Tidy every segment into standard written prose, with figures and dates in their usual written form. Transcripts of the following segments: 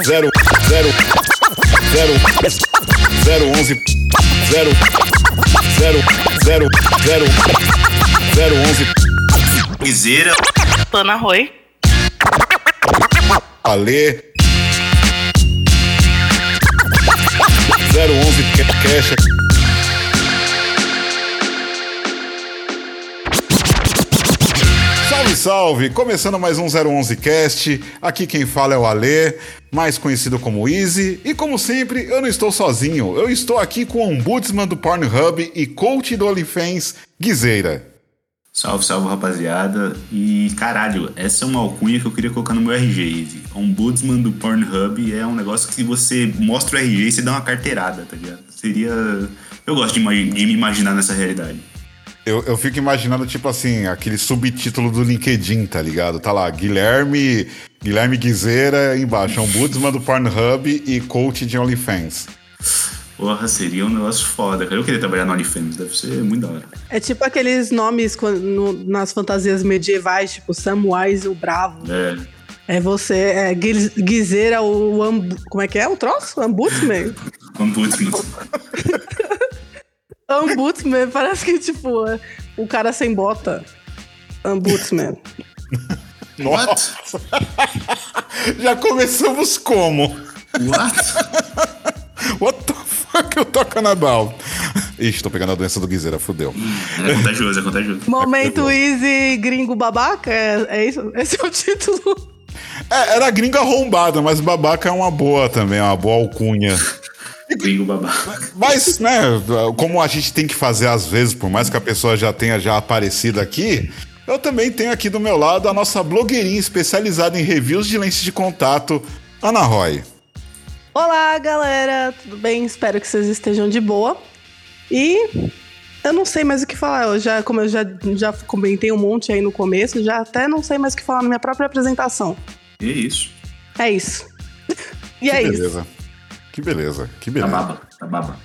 zero, zero, zero, zero, 11, zero, zero, zero, zero, zero, 11. Guizeira. Ana Roy. Ale. 011 Cash. Salve, salve! Começando mais um 011 Cast. Aqui quem fala é o Ale, mais conhecido como Easy. E como sempre, eu não estou sozinho. Eu estou aqui com o ombudsman do Pornhub e coach do OnlyFans, Guizeira. Salve, salve, rapaziada. E caralho, essa é uma alcunha que eu queria colocar no meu RG, Easy. Ombudsman do Pornhub é um negócio que você mostra o RG e você dá uma carteirada, tá ligado? Seria... Eu gosto de me imaginar nessa realidade. Eu fico imaginando, tipo assim, aquele subtítulo do LinkedIn, tá ligado? Tá lá, Guilherme Guizeira, embaixo, ombudsman do Pornhub e coach de OnlyFans. Porra, seria um negócio foda, cara. Eu queria trabalhar no OnlyFans, deve ser muito da hora. É tipo aqueles nomes nas fantasias medievais, tipo Samwise o Bravo. É você, Guizeira, como é que é o troço? Ombudsman? Ombudsman. Ombudsman, parece que tipo, o cara sem bota. Ombudsman. Nossa! Já começamos como? What the fuck eu talking about? Ixi, tô pegando a doença do Guizeira, fudeu. É contagioso, é contagioso. Momento Easy gringo babaca, é isso? Esse é o título. Era gringo arrombada, mas babaca é uma boa também, uma boa alcunha. Gringo babaca. Mas, né, como a gente tem que fazer às vezes, por mais que a pessoa já tenha aparecido aqui, eu também tenho aqui do meu lado a nossa blogueirinha especializada em reviews de lentes de contato, Ana Roy. Olá, galera, tudo bem? Espero que vocês estejam de boa. E eu não sei mais o que falar. Como eu já comentei um monte aí no começo, já até não sei mais o que falar na minha própria apresentação. E é isso. É isso. E é isso. Que beleza. Tá baba.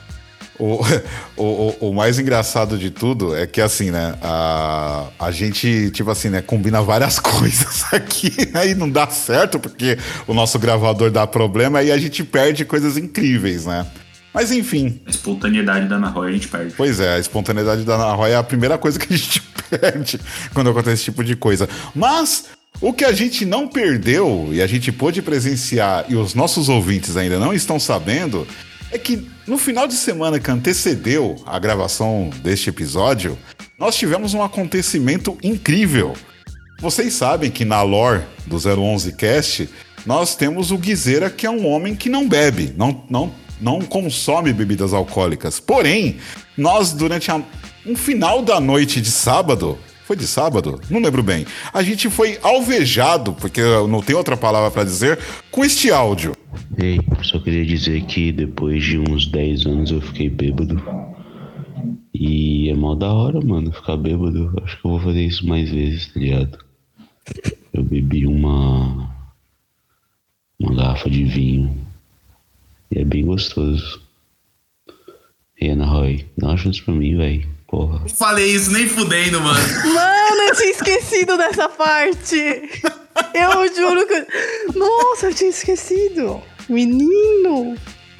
O mais engraçado de tudo é que, assim, né, a gente, tipo assim, né, combina várias coisas aqui, aí não dá certo porque o nosso gravador dá problema e a gente perde coisas incríveis, né? Mas enfim. A espontaneidade da Ana Roy a gente perde. Pois é, a espontaneidade da Ana Roy é a primeira coisa que a gente perde quando acontece esse tipo de coisa. Mas o que a gente não perdeu e a gente pôde presenciar e os nossos ouvintes ainda não estão sabendo é que no final de semana que antecedeu a gravação deste episódio, nós tivemos um acontecimento incrível. Vocês sabem que na lore do 011 Cast, nós temos o Guizeira, que é um homem que não bebe, não consome bebidas alcoólicas. Porém, nós durante um final da noite de sábado... Foi de sábado? Não lembro bem. A gente foi alvejado, porque eu não tenho outra palavra pra dizer, com este áudio. Ei, só queria dizer que depois de uns 10 anos eu fiquei bêbado. E é mó da hora, mano, ficar bêbado. Acho que eu vou fazer isso mais vezes, tá ligado? Eu bebi uma garrafa de vinho. E é bem gostoso. E Ana Roy, dá uma chance pra mim, véi. Porra. Não falei isso nem fudendo, mano. Mano, eu tinha esquecido dessa parte. Eu juro que... Nossa, eu tinha esquecido. Menino.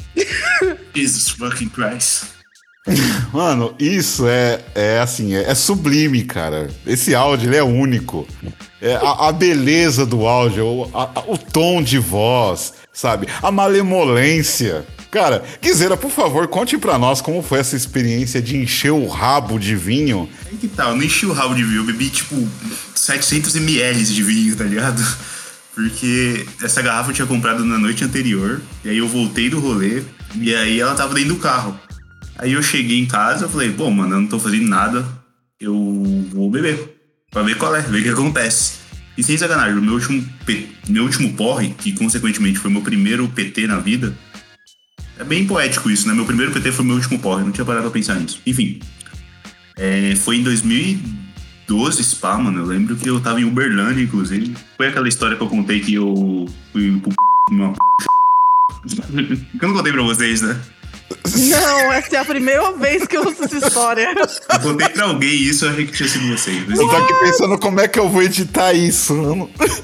Jesus fucking Christ. Mano, isso é sublime, cara. Esse áudio, ele é único. A beleza do áudio, o tom de voz, sabe? A malemolência. Cara, Guizeira, por favor, conte pra nós como foi essa experiência de encher o rabo de vinho. Aí que tal? Eu não enchi o rabo de vinho, eu bebi tipo 700 ml de vinho, tá ligado? Porque essa garrafa eu tinha comprado na noite anterior, e aí eu voltei do rolê, e aí ela tava dentro do carro. Aí eu cheguei em casa, eu falei, pô, mano, eu não tô fazendo nada, eu vou beber, pra ver qual é, ver o que acontece. E sem sacanagem, o meu último porre, que consequentemente foi meu primeiro PT na vida, é bem poético isso, né? Meu primeiro PT foi meu último porre, não tinha parado pra pensar nisso. Enfim, foi em 2012, spa, mano, eu lembro que eu tava em Uberlândia, inclusive. Foi aquela história que eu contei que eu fui pro uma que eu não contei pra vocês, né? Não, essa é a primeira vez que eu ouço essa história. Eu contei pra alguém isso, eu achei que tinha sido vocês. Eu tô aqui pensando como é que eu vou editar isso.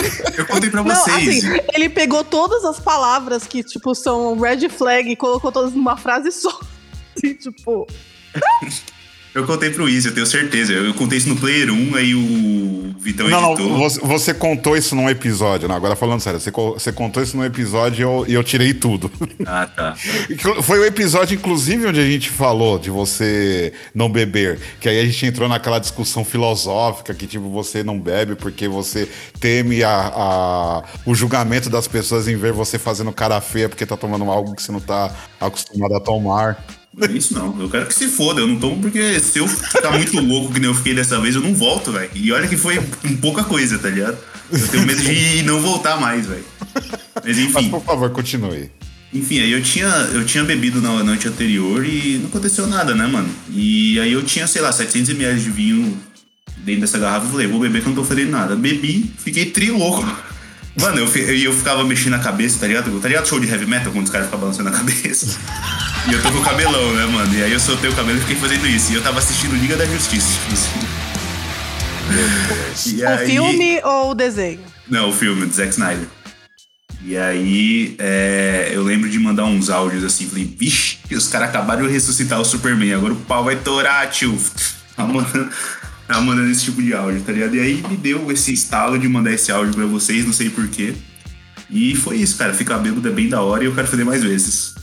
Eu contei pra Não, vocês. assim, ele pegou todas as palavras que, tipo, são red flag e colocou todas numa frase só. Assim, tipo... Eu contei pro Izzy, eu tenho certeza. Eu contei isso no Player 1, aí o Vitão Não, editou. você contou isso num episódio. Não, agora falando sério, você contou isso num episódio e eu tirei tudo. Ah, tá. Foi o episódio, inclusive, onde a gente falou de você não beber. Que aí a gente entrou naquela discussão filosófica que, tipo, você não bebe porque você teme o julgamento das pessoas em ver você fazendo cara feia porque tá tomando algo que você não tá acostumado a tomar. Não é isso não, eu quero que se foda, eu não tomo porque se eu ficar muito louco que nem eu fiquei dessa vez, eu não volto, velho. E olha que foi pouca coisa, tá ligado? Eu tenho medo de não voltar mais, velho. Mas enfim. Mas, por favor, continue. Enfim, aí eu tinha bebido na noite anterior e não aconteceu nada, né, mano? E aí eu tinha, sei lá, 700ml de vinho dentro dessa garrafa e falei, vou beber que eu não tô fazendo nada. Bebi, fiquei louco. Mano, eu ficava mexendo a cabeça, tá ligado? Tá ligado show de heavy metal, quando os caras ficam balançando a cabeça? E eu tô com o cabelão, né, mano? E aí eu soltei o cabelo e fiquei fazendo isso. E eu tava assistindo Liga da Justiça, tipo assim. E o aí... filme ou o desenho? Não, o filme, do Zack Snyder. E aí, eu lembro de mandar uns áudios assim, falei, vixe, os caras acabaram de ressuscitar o Superman, agora o pau vai torar, tio. Tava mandando esse tipo de áudio, tá ligado? E aí me deu esse estalo de mandar esse áudio pra vocês, não sei porquê. E foi isso, cara, ficar bêbado é bem da hora e eu quero fazer mais vezes.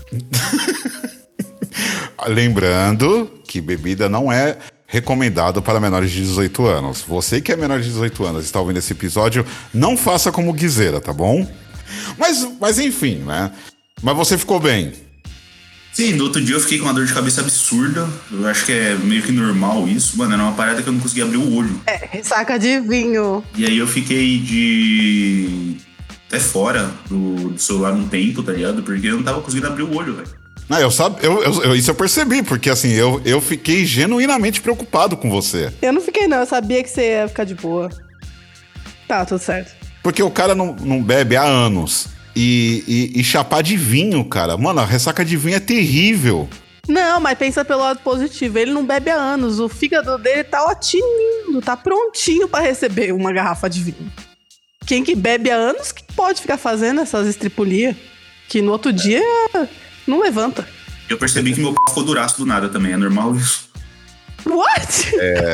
Lembrando que bebida não é recomendado para menores de 18 anos. Você que é menor de 18 anos e está ouvindo esse episódio, não faça como Guizeira, tá bom? Mas enfim, né? Mas você ficou bem. Sim, no outro dia eu fiquei com uma dor de cabeça absurda. Eu acho que é meio que normal isso. Mano, era uma parada que eu não conseguia abrir o olho. Ressaca de vinho. E aí eu fiquei até fora do celular um tempo, tá ligado? Porque eu não tava conseguindo abrir o olho, velho. Isso eu percebi, porque assim, eu fiquei genuinamente preocupado com você. Eu não fiquei, não. Eu sabia que você ia ficar de boa. Tá, tudo certo. Porque o cara não bebe há anos. E chapar de vinho, cara. Mano, a ressaca de vinho é terrível. Não, mas pensa pelo lado positivo. Ele não bebe há anos. O fígado dele tá tinindo, tá prontinho pra receber uma garrafa de vinho. Quem que bebe há anos que pode ficar fazendo essas estripulias. Que no outro dia não levanta. Eu percebi que meu pau ficou duraço do nada também. É normal isso? What?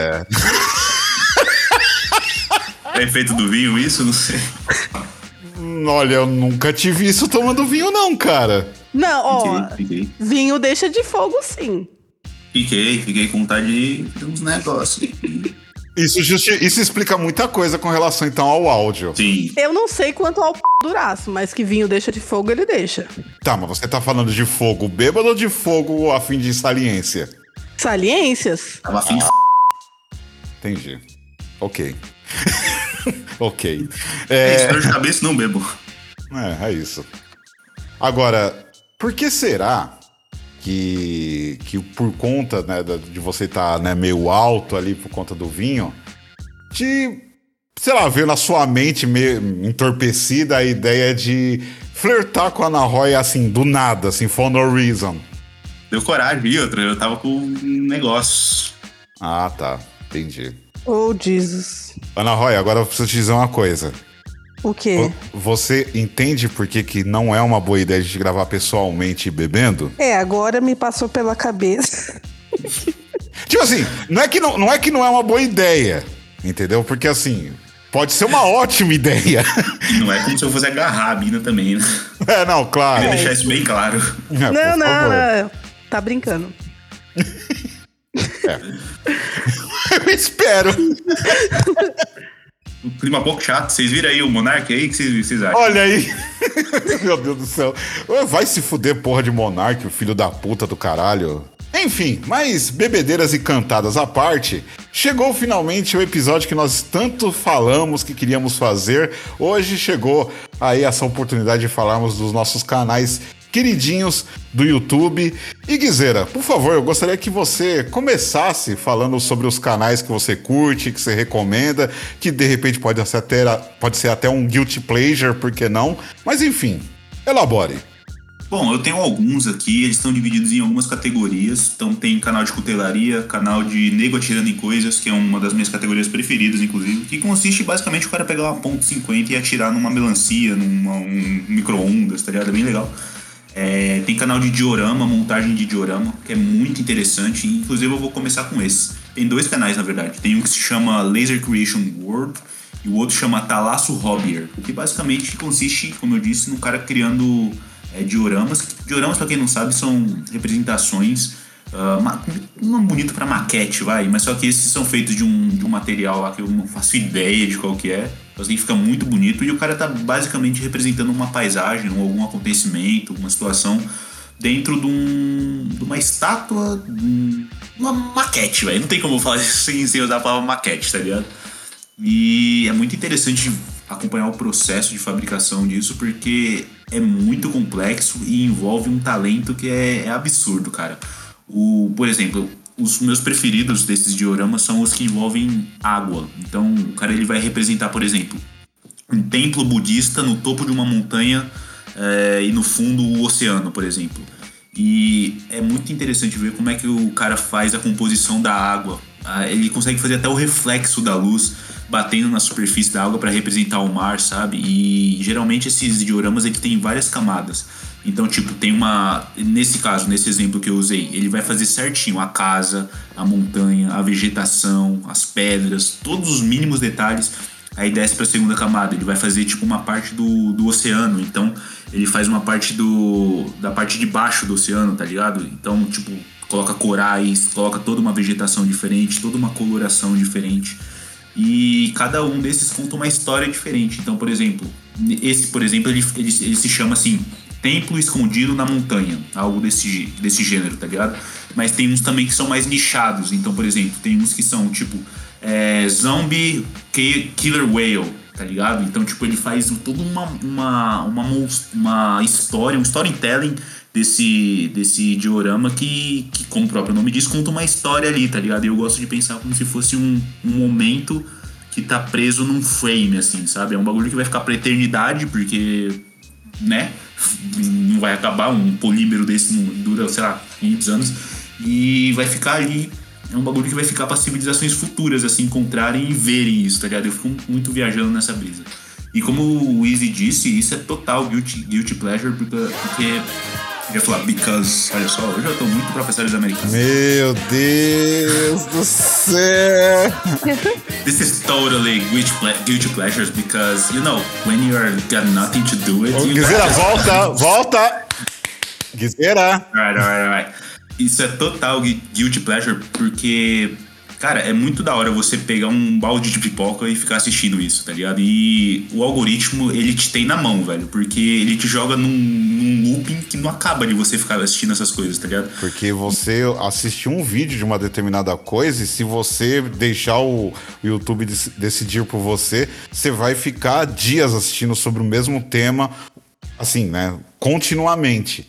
É efeito do vinho isso? Não sei. Olha, eu nunca tive isso tomando vinho, não, cara. Não, ó. Fiquei. Vinho deixa de fogo, sim. Fiquei com vontade de fazer uns negócios. Isso explica muita coisa com relação, então, ao áudio. Sim. Eu não sei quanto ao duraço, mas que vinho deixa de fogo, ele deixa. Tá, mas você tá falando de fogo bêbado ou de fogo a fim de saliência? Saliências? Tava afim de Entendi. Ok. Ok. dor de cabeça não bebo. É isso. Agora, por que será que por conta, né, de você estar, né, meio alto ali por conta do vinho, sei lá, veio na sua mente meio entorpecida a ideia de flertar com a Ana Roy assim, do nada, assim, for no reason? Deu coragem, e outra, eu tava com um negócio. Ah, tá. Entendi. Oh, Jesus. Ana Roy, agora eu preciso te dizer uma coisa. O quê? Você entende por que não é uma boa ideia de gravar pessoalmente bebendo? Agora me passou pela cabeça. Tipo assim, não é que não é uma boa ideia, entendeu? Porque assim, pode ser uma ótima ideia. E não é como se eu fosse agarrar a mina também, né? Não, claro. Queria deixar isso bem claro. Não. Tá brincando. Eu espero. Um clima pouco chato. Vocês viram aí o Monark aí? O que vocês acham? Olha aí. Meu Deus do céu. Vai se fuder, porra de Monark, o filho da puta do caralho. Enfim, mas bebedeiras e cantadas à parte, chegou finalmente o episódio que nós tanto falamos que queríamos fazer. Hoje chegou aí essa oportunidade de falarmos dos nossos canais queridinhos do YouTube. E Guizeira, por favor, eu gostaria que você começasse falando sobre os canais que você curte, que você recomenda, que de repente pode ser até um guilty pleasure, por que não? Mas enfim, elabore. Bom, eu tenho alguns aqui, eles estão divididos em algumas categorias. Então tem canal de cutelaria, canal de nego atirando em coisas, que é uma das minhas categorias preferidas, inclusive, que consiste basicamente o cara pegar uma .50 e atirar numa melancia, um micro-ondas, tá ligado? É bem legal. Tem canal de diorama, montagem de diorama, que é muito interessante. Inclusive eu vou começar com esse. Tem 2 canais, na verdade. Tem um que se chama Laser Creation World e o outro chama Talasso Hobbyer, o que basicamente consiste, como eu disse, no cara criando dioramas. Dioramas, pra quem não sabe, são representações não bonito pra maquete, mas só que esses são feitos de um material lá que eu não faço ideia de qual que é. Assim, fica muito bonito e o cara tá basicamente representando uma paisagem ou algum acontecimento, uma situação dentro de uma estátua, uma maquete, velho. Não tem como eu falar isso sem usar a palavra maquete, tá ligado? E é muito interessante acompanhar o processo de fabricação disso, porque é muito complexo e envolve um talento que é absurdo, cara. Por exemplo, os meus preferidos desses dioramas são os que envolvem água. Então, o cara ele vai representar, por exemplo, um templo budista no topo de uma montanha e no fundo o oceano, por exemplo. E é muito interessante ver como é que o cara faz a composição da água. Ele consegue fazer até o reflexo da luz batendo na superfície da água para representar o mar, sabe? E geralmente esses dioramas ele tem várias camadas. Então, tipo, tem nesse caso, nesse exemplo que eu usei, ele vai fazer certinho a casa, a montanha, a vegetação, as pedras, todos os mínimos detalhes. Aí desce pra segunda camada, ele vai fazer tipo uma parte do oceano. Então, ele faz uma parte da parte de baixo do oceano, tá ligado? Então, tipo, coloca corais, coloca toda uma vegetação diferente, toda uma coloração diferente. E cada um desses conta uma história diferente. Então, por exemplo, esse, ele se chama assim, Templo Escondido na Montanha, algo desse gênero, tá ligado? Mas tem uns também que são mais nichados. Então, por exemplo, tem uns que são tipo Zombie Killer Whale, tá ligado? Então, tipo, ele faz toda uma história, um storytelling desse diorama que, como o próprio nome diz, conta uma história ali, tá ligado? E eu gosto de pensar como se fosse um momento que tá preso num frame, assim, sabe? É um bagulho que vai ficar pra eternidade, porque, né? Não vai acabar, um polímero desse não dura, sei lá, 500 anos. E vai ficar ali, é um bagulho que vai ficar pra civilizações futuras, assim, encontrarem e verem isso, tá ligado? Eu fico muito viajando nessa brisa. E como o Easy disse, isso é total guilty pleasure, porque eu ia falar, because, olha só, eu já tô muito professores americanos. Meu Deus do céu! This is totally guilty pleasures, because, you know, when you're got nothing to do with it... Guizeira, volta! Guizeira! Alright. Isso é total guilty pleasure, porque... Cara, é muito da hora você pegar um balde de pipoca e ficar assistindo isso, tá ligado? E o algoritmo, ele te tem na mão, velho. Porque ele te joga num looping que não acaba de você ficar assistindo essas coisas, tá ligado? Porque você assistiu um vídeo de uma determinada coisa e se você deixar o YouTube decidir por você, você vai ficar dias assistindo sobre o mesmo tema, assim, né? Continuamente.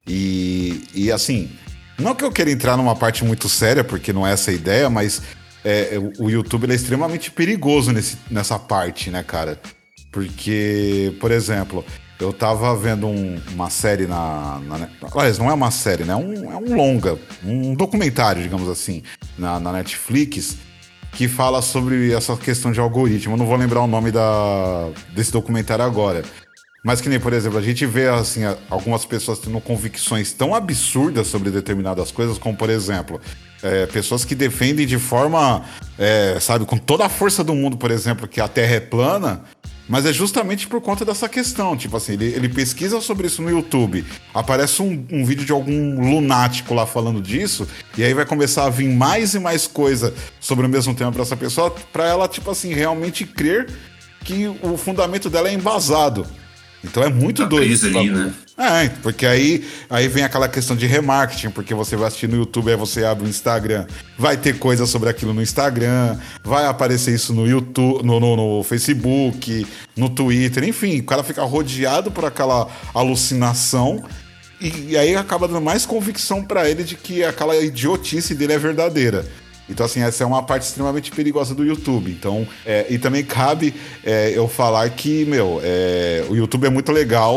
E assim... Não que eu queira entrar numa parte muito séria, porque não é essa a ideia, mas o YouTube ele é extremamente perigoso nessa parte, né, cara? Porque, por exemplo, eu tava vendo uma série aliás, não é uma série, né? É um longa, um documentário, digamos assim, na Netflix, que fala sobre essa questão de algoritmo. Eu não vou lembrar o nome desse documentário agora. Mas que nem, por exemplo, a gente vê assim, algumas pessoas tendo convicções tão absurdas sobre determinadas coisas, como, por exemplo, pessoas que defendem de forma, sabe, com toda a força do mundo, por exemplo, que a Terra é plana, mas é justamente por conta dessa questão. Tipo assim, ele pesquisa sobre isso no YouTube, aparece um vídeo de algum lunático lá falando disso, e aí vai começar a vir mais e mais coisa sobre o mesmo tema para essa pessoa, para ela, tipo assim, realmente crer que o fundamento dela é embasado. Então é muito doido. Ali, né? Porque aí vem aquela questão de remarketing, porque você vai assistir no YouTube, aí você abre o Instagram, vai ter coisa sobre aquilo no Instagram, vai aparecer isso no YouTube, no Facebook, no Twitter, enfim, o cara fica rodeado por aquela alucinação e aí acaba dando mais convicção pra ele de que aquela idiotice dele é verdadeira. Então, assim, essa é uma parte extremamente perigosa do YouTube. Então, e também cabe eu falar que, o YouTube é muito legal,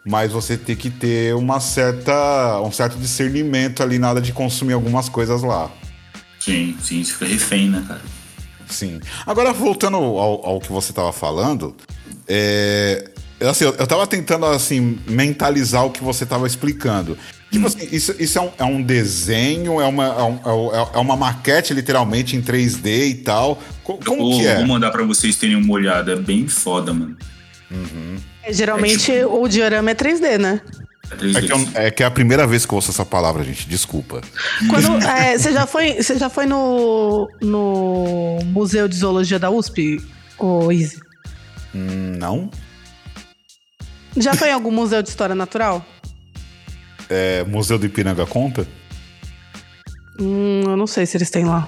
mas você tem que ter um certo discernimento ali na hora de consumir algumas coisas lá. Sim, você fica refém, né, cara? Sim. Agora, voltando ao que você estava falando, assim, eu tava tentando assim, mentalizar o que você estava explicando. Tipo assim, isso é um desenho, é uma maquete literalmente em 3D e tal. Como que é? Vou mandar pra vocês terem uma olhada, é bem foda, mano. Geralmente o diorama é 3D, né? É 3D. É que é a primeira vez que eu ouço essa palavra, gente, desculpa. Você já foi no Museu de Zoologia da USP, ô Izzy? Não? Já foi em algum museu de história natural? Museu do Ipiranga conta? Eu não sei se eles têm lá.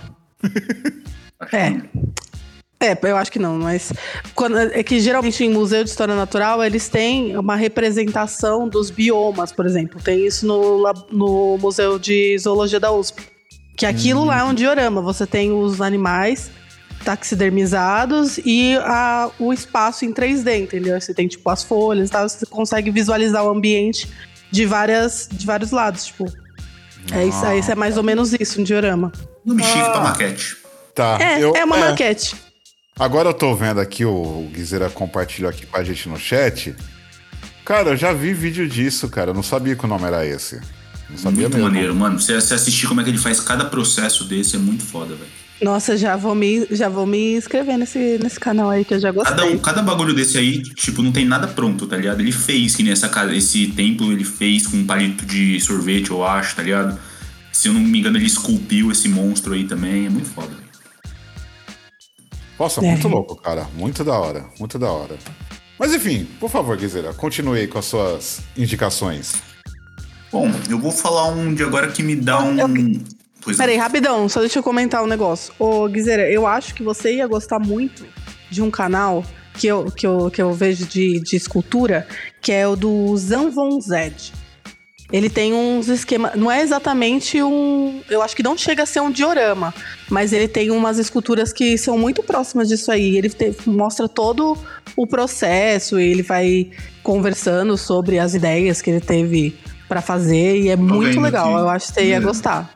Eu acho que não, mas é que geralmente em Museu de História Natural eles têm uma representação dos biomas, por exemplo. Tem isso no Museu de Zoologia da USP. Que aquilo lá é um diorama. Você tem os animais taxidermizados e o espaço em 3D, entendeu? Você tem tipo as folhas e tal, você consegue visualizar o ambiente de vários lados, tipo. Isso é mais ou menos isso, um diorama. Não me chique pra maquete. Tá. É uma maquete. Agora eu tô vendo aqui, o Guizeira compartilhou aqui com a gente no chat. Cara, eu já vi vídeo disso, cara. Eu não sabia que o nome era esse. Não sabia muito mesmo. Maneiro, mano. Você assistir como é que ele faz cada processo desse é muito foda, velho. Nossa, já vou me inscrever nesse canal aí que eu já gostei. Cada bagulho desse aí, tipo, não tem nada pronto, tá ligado? Ele fez, que nem esse templo, ele fez com um palito de sorvete, eu acho, tá ligado? Se eu não me engano, ele esculpiu esse monstro aí também. É muito foda, velho. Nossa, muito louco, cara. Muito da hora, muito da hora. Mas enfim, por favor, Guizeira, continue aí com as suas indicações. Bom, eu vou falar um de agora que me dá Peraí, rapidão, só deixa eu comentar um negócio. Ô, Guizeira, eu acho que você ia gostar muito de um canal que eu vejo de escultura, que é o do Zanvon Zed. Ele tem uns esquemas... Não é exatamente eu acho que não chega a ser um diorama, mas ele tem umas esculturas que são muito próximas disso aí. Ele mostra todo o processo, ele vai conversando sobre as ideias que ele teve pra fazer, e é muito legal. Aqui. Eu acho que você ia gostar.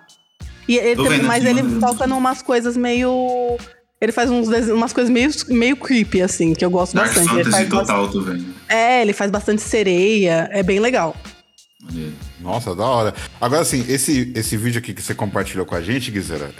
Mas ele toca numas coisas meio... Ele faz umas coisas meio creepy, assim, que eu gosto Dark bastante. Fantasy ele faz total, tô vendo. ele faz bastante sereia, é bem legal. Nossa, da hora. Agora, assim, esse vídeo aqui que você compartilhou com a gente, Guizeira,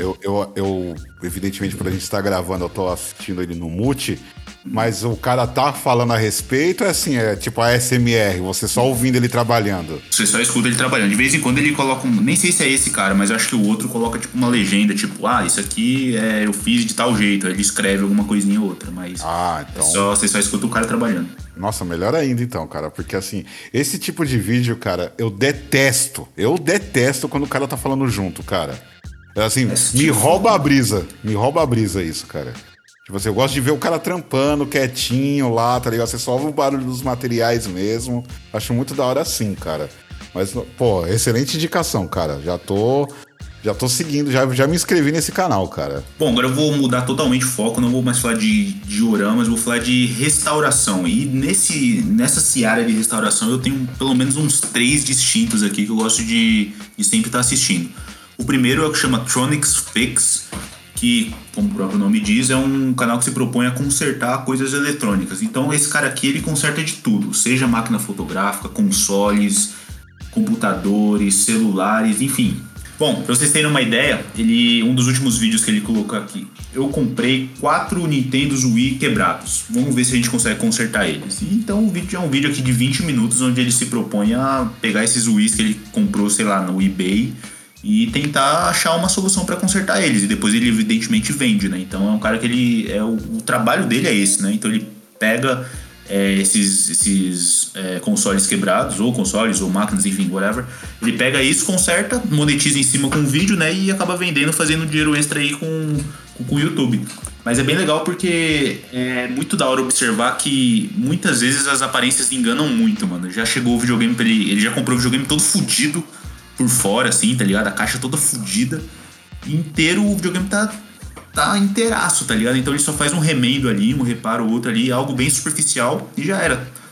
eu evidentemente, quando a gente está gravando, eu tô assistindo ele no mute, mas o cara tá falando a respeito, é tipo a ASMR, você só ouvindo ele trabalhando. Você só escuta ele trabalhando. De vez em quando ele coloca nem sei se é esse cara, mas eu acho que o outro coloca tipo uma legenda, tipo, isso aqui eu fiz de tal jeito. Ele escreve alguma coisinha ou outra, mas então... você só escuta o cara trabalhando. Nossa, melhor ainda então, cara, porque assim, esse tipo de vídeo, cara, eu detesto quando o cara tá falando junto, cara. Assim, me rouba a brisa isso, cara. Tipo assim, eu gosto de ver o cara trampando, quietinho lá, tá ligado? Você só ouve o barulho dos materiais mesmo. Acho muito da hora assim, cara. Mas, pô, excelente indicação, cara. Já tô seguindo, já me inscrevi nesse canal, cara. Bom, agora eu vou mudar totalmente o foco, não vou mais falar de dioramas, vou falar de restauração. E nessa seara de restauração eu tenho pelo menos uns 3 distintos aqui que eu gosto de sempre estar assistindo. O primeiro é o que chama Tronics Fix, que, como o próprio nome diz, é um canal que se propõe a consertar coisas eletrônicas. Então esse cara aqui, ele conserta de tudo, seja máquina fotográfica, consoles, computadores, celulares, enfim. Bom, pra vocês terem uma ideia, um dos últimos vídeos que ele colocou aqui, eu comprei 4 Nintendos Wii quebrados. Vamos ver se a gente consegue consertar eles. Então o vídeo é um vídeo aqui de 20 minutos, onde ele se propõe a pegar esses Wiis que ele comprou, sei lá, no eBay, e tentar achar uma solução para consertar eles. E depois ele evidentemente vende, né? Então é um cara que o trabalho dele é esse, né? Então ele pega esses consoles quebrados, ou consoles, ou máquinas, enfim, whatever. Ele pega isso, conserta, monetiza em cima com o vídeo, né? E acaba vendendo, fazendo dinheiro extra aí com o YouTube. Mas é bem legal porque é muito da hora observar que muitas vezes as aparências enganam muito, mano. Já chegou o videogame pra ele já comprou o videogame todo fudido por fora, assim, tá ligado? A caixa toda fudida. E inteiro o videogame tá inteiraço, tá ligado? Então ele só faz um remendo ali, um reparo ou outro ali, algo bem superficial e já era.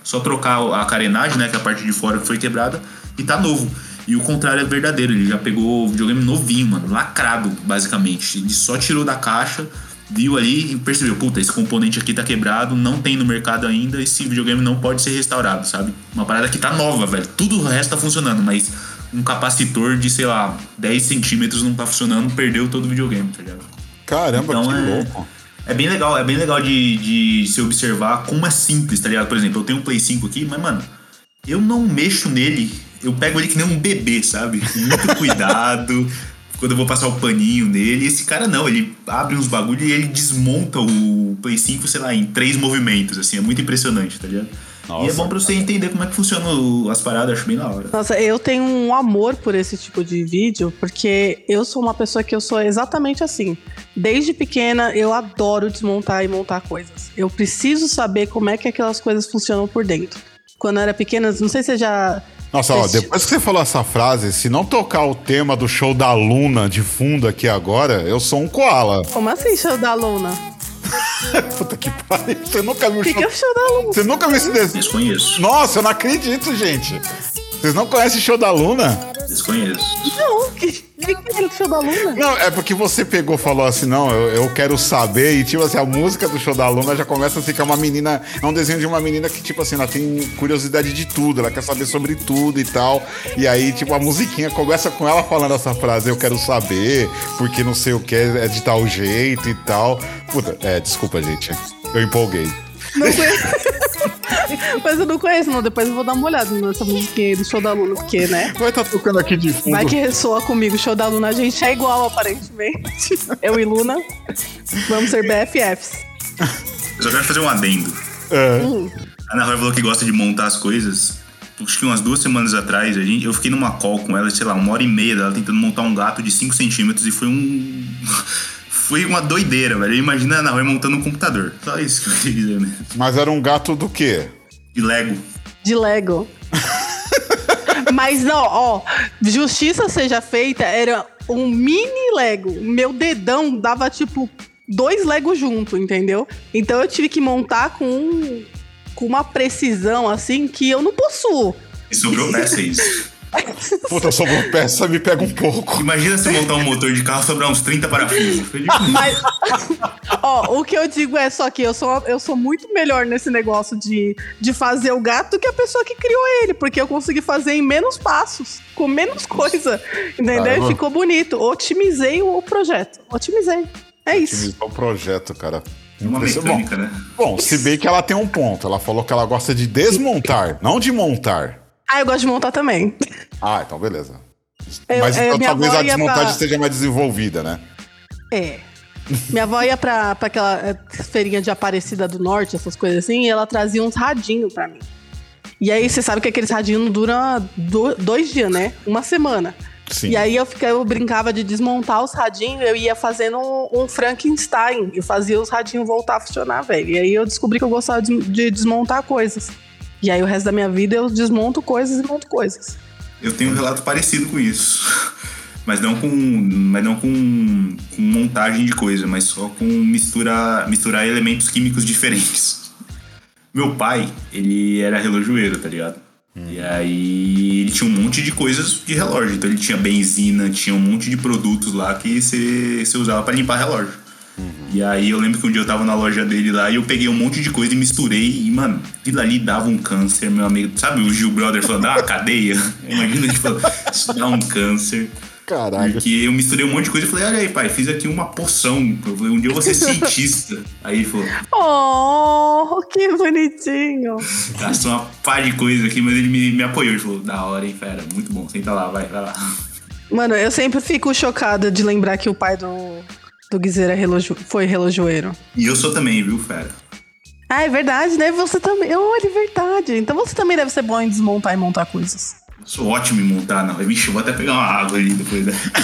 só trocar a carenagem, né, que é a parte de fora que foi quebrada, e tá novo. E o contrário é verdadeiro, ele já pegou o videogame novinho, mano, lacrado, basicamente. Ele só tirou da caixa, viu ali e percebeu, puta, esse componente aqui tá quebrado, não tem no mercado ainda, esse videogame não pode ser restaurado, sabe? Uma parada que tá nova, velho, tudo o resto tá funcionando, mas um capacitor de, sei lá, 10 centímetros não tá funcionando, perdeu todo o videogame, tá ligado? Caramba, então, que louco. É bem legal de se observar como é simples, tá ligado? Por exemplo, eu tenho um Play 5 aqui, mas, mano, eu não mexo nele, eu pego ele que nem um bebê, sabe? Com muito cuidado, quando eu vou passar o paninho nele. E esse cara não, ele abre uns bagulho e ele desmonta o Play 5, sei lá, em 3 movimentos, assim, é muito impressionante, tá ligado? Nossa, e é bom pra você entender como é que funcionam as paradas, acho bem da hora. Nossa, eu tenho um amor por esse tipo de vídeo, porque eu sou uma pessoa que eu sou exatamente assim. Desde pequena, eu adoro desmontar e montar coisas. Eu preciso saber como é que aquelas coisas funcionam por dentro. Quando eu era pequena, não sei se você já... Nossa, ó, depois que você falou essa frase, se não tocar o tema do show da Luna de fundo aqui agora, eu sou um koala. Como assim, show da Luna? Puta que pariu. Você nunca viu o show... que é o show da Luna? Você nunca viu esse desenho? Desconheço. Nossa, eu não acredito, gente. Vocês não conhecem o show da Luna? Desconheço. Não, que é o show da Luna? Não, é porque você pegou e falou assim, não, eu quero saber, e tipo assim, a música do show da Luna já começa assim, que é uma menina, é um desenho de uma menina que tipo assim, ela tem curiosidade de tudo, ela quer saber sobre tudo e tal, e aí tipo a musiquinha começa com ela falando essa frase, eu quero saber, porque não sei o que, é de tal jeito e tal. Puta, desculpa gente, eu empolguei. Não conheço. Mas eu não conheço, não. Depois eu vou dar uma olhada nessa musiquinha aí do show da Luna, porque, né? Vai estar tocando aqui de fundo. Vai que ressoa comigo. Show da Luna, a gente é igual, aparentemente. Eu e Luna vamos ser BFFs. Eu só quero fazer um adendo. A Ana Roy falou que gosta de montar as coisas. Acho que umas 2 semanas atrás, eu fiquei numa call com ela, sei lá, 1h30 dela tentando montar um gato de 5 centímetros e foi uma doideira, velho. Imagina a Ana Roy montando um computador. Só isso que eu queria dizer mesmo. Mas era um gato do quê? De Lego. De Lego. Mas não, ó, justiça seja feita, era um mini Lego. Meu dedão dava tipo 2 Legos junto, entendeu? Então eu tive que montar com uma precisão assim que eu não possuo. E sobrou peça isso. Puta, sobrou peça, me pega um pouco. Imagina você montar um motor de carro e sobrar uns 30 parafusos. Mas, ó, o que eu digo é só que eu sou muito melhor nesse negócio de fazer o gato do que a pessoa que criou ele, porque eu consegui fazer em menos passos, com menos coisa, entendeu? Caramba. Ficou bonito. Otimizei o projeto. Otimizei. É isso. Otimizou o projeto, cara. Uma mecânica, né? Bom, se bem que ela tem um ponto. Ela falou que ela gosta de desmontar, não de montar. Ah, eu gosto de montar também. Ah, então beleza. Mas então talvez a desmontagem seja mais desenvolvida, né? É. Minha avó ia pra aquela feirinha de Aparecida do Norte, essas coisas assim, e ela trazia uns radinhos pra mim. E aí você sabe que aqueles radinhos não duram 2 dias, né? 1 semana. Sim. E aí eu brincava de desmontar os radinhos, eu ia fazendo um Frankenstein. Eu fazia os radinhos voltar a funcionar, velho. E aí eu descobri que eu gostava de desmontar coisas. E aí o resto da minha vida eu desmonto coisas e monto coisas. Eu tenho um relato parecido com isso. Mas não com montagem de coisa, mas só com misturar elementos químicos diferentes. Meu pai, ele era relojoeiro, tá ligado? E aí ele tinha um monte de coisas de relógio. Então ele tinha benzina, tinha um monte de produtos lá que você usava pra limpar relógio. E aí eu lembro que um dia eu tava na loja dele lá e eu peguei um monte de coisa e misturei. E, mano, aquilo ali dava um câncer, meu amigo. Sabe o Gil Brother falando, dá uma cadeia? Imagina, tipo, isso dá um câncer. Caralho. Porque eu misturei um monte de coisa e falei, olha aí, pai, fiz aqui uma poção. Eu falei, um dia eu vou ser cientista. Aí ele falou, oh, que bonitinho. gastou uma pá de coisa aqui, mas ele me apoiou. Ele falou, da hora, hein, fera, muito bom, senta lá, vai lá. Mano, eu sempre fico chocada de lembrar que o pai do Guizeira foi relojoeiro. E eu sou também, viu, fera? Ah, é verdade, né? Você também. Olha, é verdade. Então você também deve ser bom em desmontar e montar coisas. Sou ótimo em montar, não. Vixe, eu vou até pegar uma água ali depois.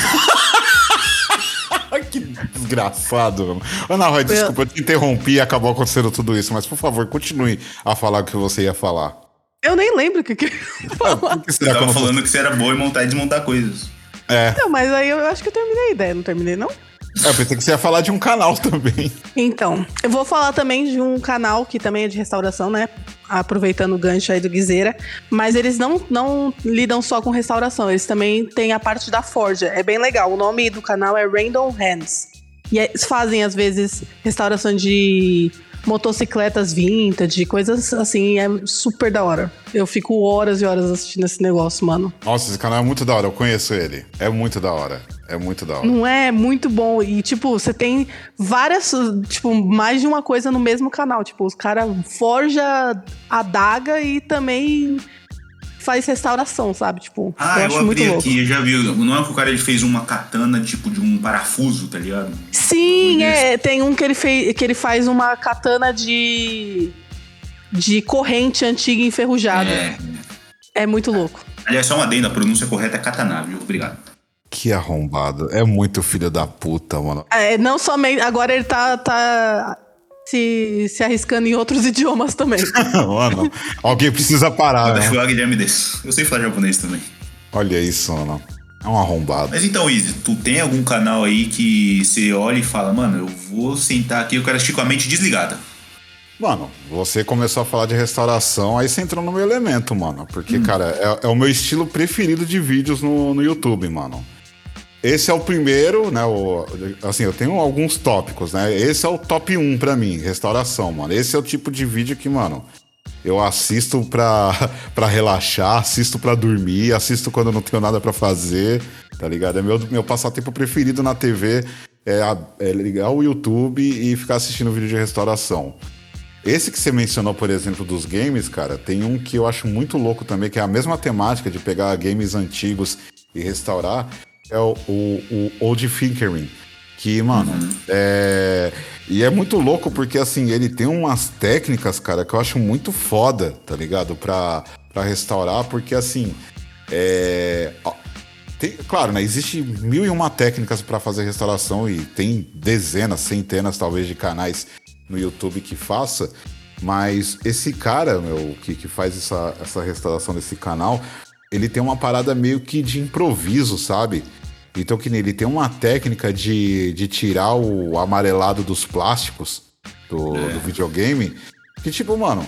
Que desgraçado, mano. Ana Roy, desculpa, eu te interrompi e acabou acontecendo tudo isso, mas por favor, continue a falar o que você ia falar. Eu nem lembro o que eu ia falar. Você tava falando que você era boa em montar e desmontar coisas. É. Não, mas aí eu acho que eu terminei a ideia, não terminei, não? Eu pensei que você ia falar de um canal também. Então, eu vou falar também de um canal que também é de restauração, né? Aproveitando o gancho aí do Guizeira. Mas eles não lidam só com restauração, eles também têm a parte da forja. É bem legal. O nome do canal é Random Hands. E eles fazem, às vezes, restauração de motocicletas vintage, coisas assim, é super da hora. Eu fico horas e horas assistindo esse negócio, mano. Nossa, esse canal é muito da hora, eu conheço ele. É muito da hora. É muito da hora. Não é muito bom. E, tipo, você tem várias, tipo, mais de uma coisa no mesmo canal. Tipo, os caras forja adaga e também faz restauração, sabe? Tipo, eu acho muito louco. Aqui, eu já vi. Não é que o cara ele fez uma katana, tipo, de um parafuso, tá ligado? Sim, tem um que ele faz uma katana de corrente antiga enferrujada. É muito louco. Aliás, só uma adenda, a pronúncia correta é katana, viu? Obrigado. Que arrombado. É muito filho da puta, mano. Não somente... Agora ele tá se arriscando em outros idiomas também. Mano, alguém precisa parar, né? Guilherme desse. Eu sei falar japonês também. Olha isso, mano. É um arrombado. Mas então, Izzy, tu tem algum canal aí que você olha e fala, mano, eu vou sentar aqui, eu quero assistir com a mente desligada? Mano, você começou a falar de restauração, aí você entrou no meu elemento, mano. Porque, cara, é o meu estilo preferido de vídeos no YouTube, mano. Esse é o primeiro, né? Assim, eu tenho alguns tópicos, né? Esse é o top 1 pra mim, restauração, mano. Esse é o tipo de vídeo que, mano, eu assisto pra relaxar, assisto pra dormir, assisto quando eu não tenho nada pra fazer, tá ligado? É meu passatempo preferido na TV, é ligar o YouTube e ficar assistindo vídeo de restauração. Esse que você mencionou, por exemplo, dos games, cara, tem um que eu acho muito louco também, que é a mesma temática de pegar games antigos e restaurar, é o Old Finkering, que, mano, e é muito louco porque, assim, ele tem umas técnicas, cara, que eu acho muito foda, tá ligado? Pra restaurar, porque, assim, claro, né, existe 1001 técnicas pra fazer restauração e tem dezenas, centenas, talvez, de canais no YouTube que faça, mas esse cara, meu, que faz essa restauração desse canal, ele tem uma parada meio que de improviso, sabe? Então, que ele tem uma técnica de tirar o amarelado dos plásticos do videogame, que, tipo, mano,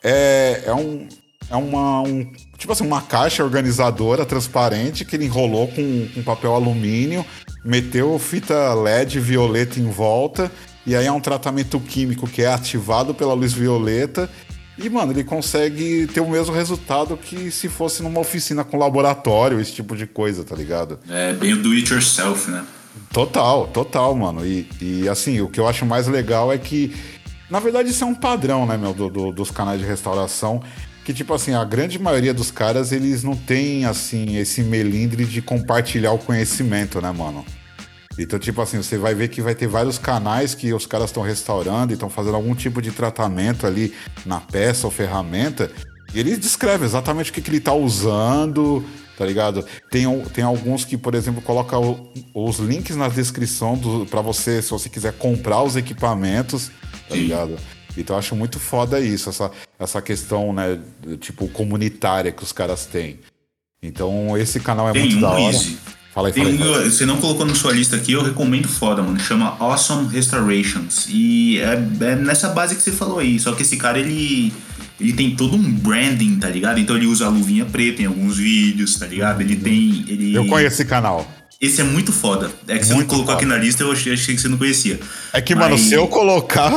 tipo assim, uma caixa organizadora transparente que ele enrolou com papel alumínio, meteu fita LED violeta em volta, e aí é um tratamento químico que é ativado pela luz violeta. E, mano, ele consegue ter o mesmo resultado que se fosse numa oficina com laboratório, esse tipo de coisa, tá ligado? É bem o do it yourself, né? Total, mano. E assim, o que eu acho mais legal é que, na verdade, isso é um padrão, né, meu, dos canais de restauração, que, tipo assim, a grande maioria dos caras, eles não têm, assim, esse melindre de compartilhar o conhecimento, né, mano? Então, tipo assim, você vai ver que vai ter vários canais que os caras estão restaurando e estão fazendo algum tipo de tratamento ali na peça ou ferramenta, e eles descrevem exatamente o que ele tá usando, tá ligado? Tem alguns que, por exemplo, colocam os links na descrição pra você, se você quiser comprar os equipamentos, tá ligado? Então eu acho muito foda isso, essa questão, né, tipo, comunitária que os caras têm. Então esse canal é muito da hora. Fala aí. Você não colocou na sua lista aqui, eu recomendo foda, mano. Chama Awesome Restorations. E é nessa base que você falou aí. Só que esse cara, ele tem todo um branding, tá ligado? Então ele usa a luvinha preta em alguns vídeos, tá ligado? Eu conheço esse canal. Esse é muito foda. É que você não colocou aqui na lista, eu achei que você não conhecia. É que, mano, se eu colocar...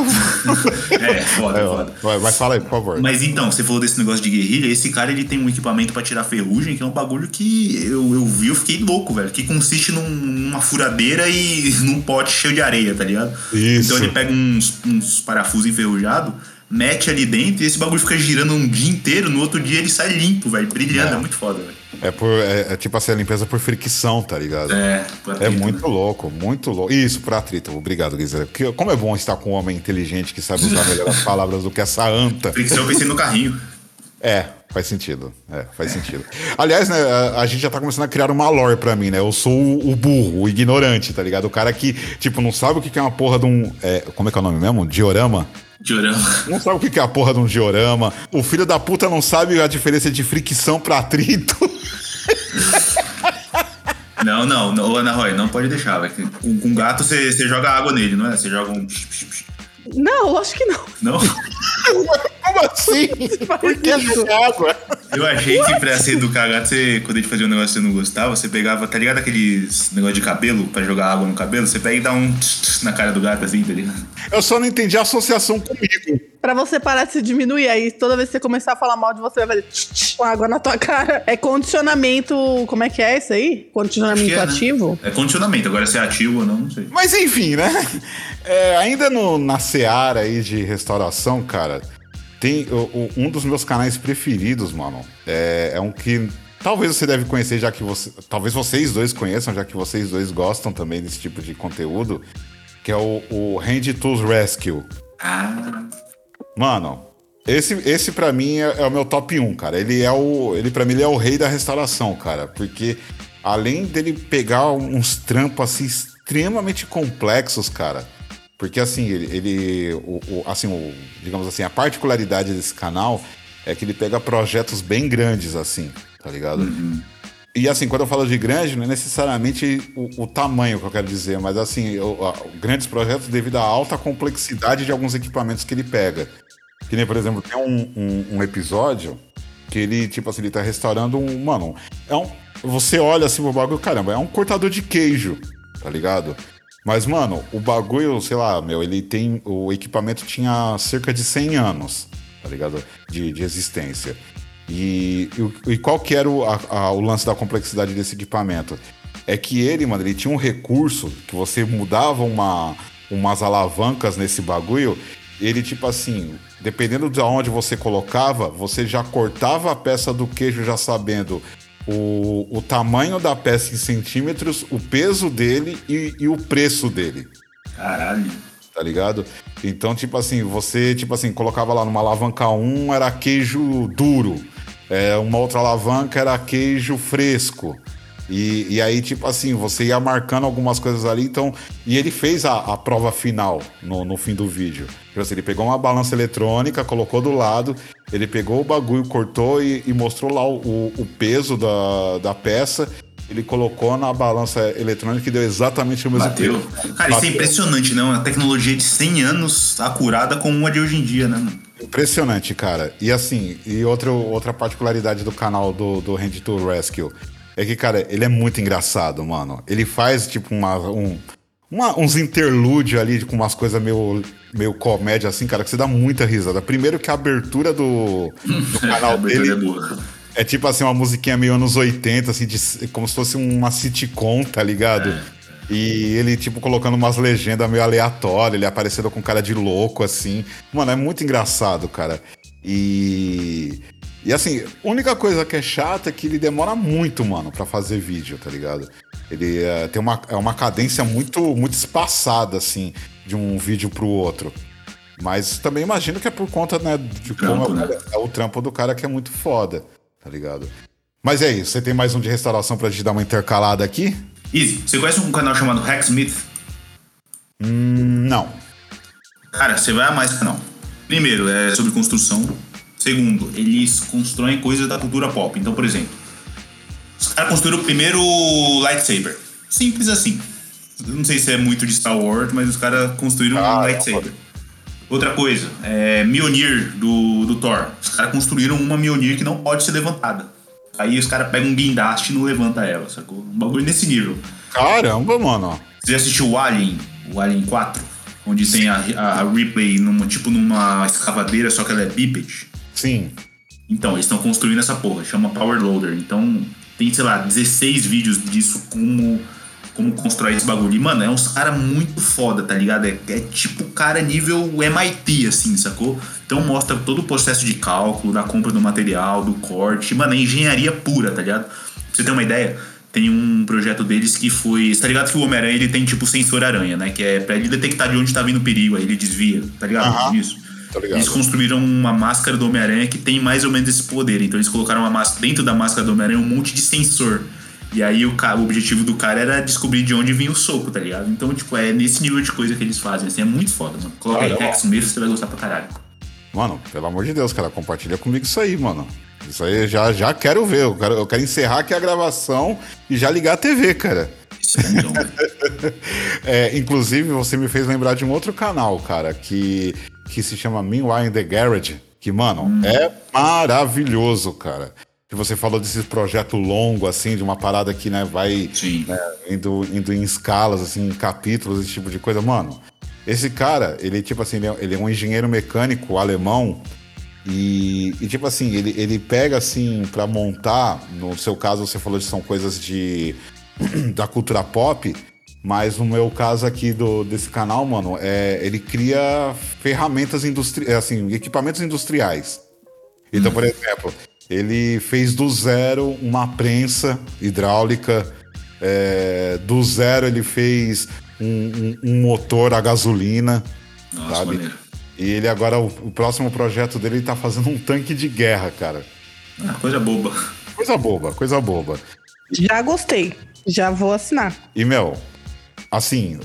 foda. Mas fala aí, por favor. Mas então, você falou desse negócio de guerrilha. Esse cara, ele tem um equipamento pra tirar ferrugem, que é um bagulho que eu vi, eu fiquei louco, velho. Que consiste numa furadeira e num pote cheio de areia, tá ligado? Isso. Então ele pega uns parafusos enferrujados, mete ali dentro e esse bagulho fica girando um dia inteiro. No outro dia ele sai limpo, velho, brilhando. É muito foda, velho. É tipo assim, a limpeza por fricção, tá ligado? Por atrito, muito louco, muito louco. Isso, por atrito. Obrigado, Guizera. Como é bom estar com um homem inteligente que sabe usar melhor as palavras do que essa anta. Fricção, eu pensei no carrinho. Faz sentido. Faz sentido. Aliás, né, a gente já tá começando a criar uma lore pra mim, né? Eu sou o burro, o ignorante, tá ligado? O cara que, tipo, não sabe o que é uma porra de um... como é que é o nome mesmo? Diorama? Não sabe o que é a porra de um diorama. O filho da puta não sabe a diferença de fricção pra atrito. Não, Ana Roy, não pode deixar. Com gato você joga água nele, não é? Você joga um... Não, lógico que não. Não? Como assim? Por que jogar água? Eu achei que pra se educar gato, quando a gente fazia um negócio que você não gostava, você pegava, tá ligado aqueles negócio de cabelo, pra jogar água no cabelo? Você pega e dá um na cara do gato assim, tá ligado? Eu só não entendi a associação comigo. Pra você parar de se diminuir, aí toda vez que você começar a falar mal de você, vai fazer com água na tua cara. É condicionamento, como é que é isso aí? Condicionamento ativo? Né? É condicionamento, agora se é ativo ou não sei. Mas enfim, né? Ainda na seara aí de restauração, cara, tem um dos meus canais preferidos, mano. É um que talvez você deve conhecer, já que talvez vocês dois conheçam, já que vocês dois gostam também desse tipo de conteúdo, que é o Hand Tools Rescue. Mano, esse pra mim é o meu top 1, cara. Ele pra mim ele é o rei da restauração, cara. Porque além dele pegar uns trampos assim extremamente complexos, cara. Porque assim, digamos assim, a particularidade desse canal é que ele pega projetos bem grandes, assim, tá ligado? Uhum. E assim, quando eu falo de grande, não é necessariamente o tamanho que eu quero dizer, mas assim, grandes projetos devido à alta complexidade de alguns equipamentos que ele pega. Que nem, por exemplo, tem um episódio que ele, tipo assim, ele tá restaurando mano, você olha assim pro bagulho, caramba, é um cortador de queijo, tá ligado? Mas, mano, o bagulho, sei lá, o equipamento tinha cerca de 100 anos, tá ligado? De existência. E qual que era o lance da complexidade desse equipamento? É que ele tinha um recurso que você mudava umas alavancas nesse bagulho, ele, tipo assim, dependendo de onde você colocava, você já cortava a peça do queijo já sabendo o tamanho da peça em centímetros, o peso dele e o preço dele. Caralho. Tá ligado? Então, tipo assim, você colocava lá numa alavanca 1 era queijo duro, uma outra alavanca era queijo fresco. E aí, tipo assim, você ia marcando algumas coisas ali, então... E ele fez a prova final no fim do vídeo. Tipo assim, ele pegou uma balança eletrônica, colocou do lado, ele pegou o bagulho, cortou e mostrou lá o peso da peça, ele colocou na balança eletrônica e deu exatamente o mesmo peso. Cara, isso é impressionante, né? Uma tecnologia de 100 anos acurada com uma de hoje em dia, né? Impressionante, cara. E assim, outra particularidade do canal do Hand Tool Rescue... É que, cara, ele é muito engraçado, mano. Ele faz, tipo, uns interlúdios ali com umas coisas meio comédia, assim, cara, que você dá muita risada. Primeiro que a abertura do canal dele é tipo, assim, uma musiquinha meio anos 80, assim, como se fosse uma sitcom, tá ligado? E ele, tipo, colocando umas legendas meio aleatórias, ele aparecendo com cara de louco, assim. Mano, é muito engraçado, cara. E assim, a única coisa que é chata é que ele demora muito, mano, pra fazer vídeo, tá ligado? Ele tem uma cadência muito, muito espaçada, assim, de um vídeo pro outro. Mas também imagino que é por conta, né, de como é o trampo do cara que é muito foda, tá ligado? Mas é isso, você tem mais um de restauração pra gente dar uma intercalada aqui? Easy, você conhece um canal chamado Hacksmith? Não. Cara, você vai amar esse canal. Primeiro, é sobre construção. Segundo, eles constroem coisas da cultura pop. Então, por exemplo, os caras construíram o primeiro lightsaber. Simples assim. Eu não sei se é muito de Star Wars, mas os caras construíram um lightsaber. Outra coisa, Mjolnir do Thor. Os caras construíram uma Mjolnir que não pode ser levantada. Aí os caras pegam um guindaste e não levanta ela, sacou? Um bagulho nesse nível. Caramba, mano. Você já assistiu o Alien 4? Onde tem a Ripley numa escavadeira, só que ela é bípede. Sim. Então, eles estão construindo essa porra, chama Power Loader. Então, tem, sei lá, 16 vídeos disso, como constrói esse bagulho. E, mano, é uns caras muito foda, tá ligado? É tipo cara nível MIT, assim, sacou? Então mostra todo o processo de cálculo, da compra do material, do corte. Mano, é engenharia pura, tá ligado? Pra você ter uma ideia, tem um projeto deles que foi... Tá ligado que o Homem-Aranha, ele tem tipo sensor aranha, né? Que é pra ele detectar de onde tá vindo o perigo, aí ele desvia, tá ligado? Isso. Eles construíram uma máscara do Homem-Aranha que tem mais ou menos esse poder. Então eles colocaram dentro da máscara do Homem-Aranha um monte de sensor. E aí o objetivo do cara era descobrir de onde vinha o soco, tá ligado? Então, tipo, é nesse nível de coisa que eles fazem. Assim, é muito foda, mano. Coloca aí Hacksmith, você vai gostar pra caralho. Mano, pelo amor de Deus, cara, compartilha comigo isso aí, mano. Isso aí já quero ver. Eu quero encerrar aqui a gravação e já ligar a TV, cara. Isso é bom, velho. Inclusive, você me fez lembrar de um outro canal, cara, que se chama Meanwhile in the Garage, que, mano, é maravilhoso, cara. Que você falou desse projeto longo, assim, de uma parada que, né, vai indo em escalas, assim, em capítulos, esse tipo de coisa. Mano, esse cara, ele, tipo assim, ele é um engenheiro mecânico alemão e tipo assim, ele pega, assim, pra montar, no seu caso, você falou que são coisas da cultura pop, mas no meu caso aqui desse canal, mano, ele cria ferramentas assim, equipamentos industriais. Então, por exemplo, ele fez do zero uma prensa hidráulica, do zero ele fez um motor a gasolina, Nossa, sabe? maneiro. E ele agora, o próximo projeto dele, ele tá fazendo um tanque de guerra, cara. Coisa boba. Coisa boba. Já gostei. Já vou assinar. E, meu, assim,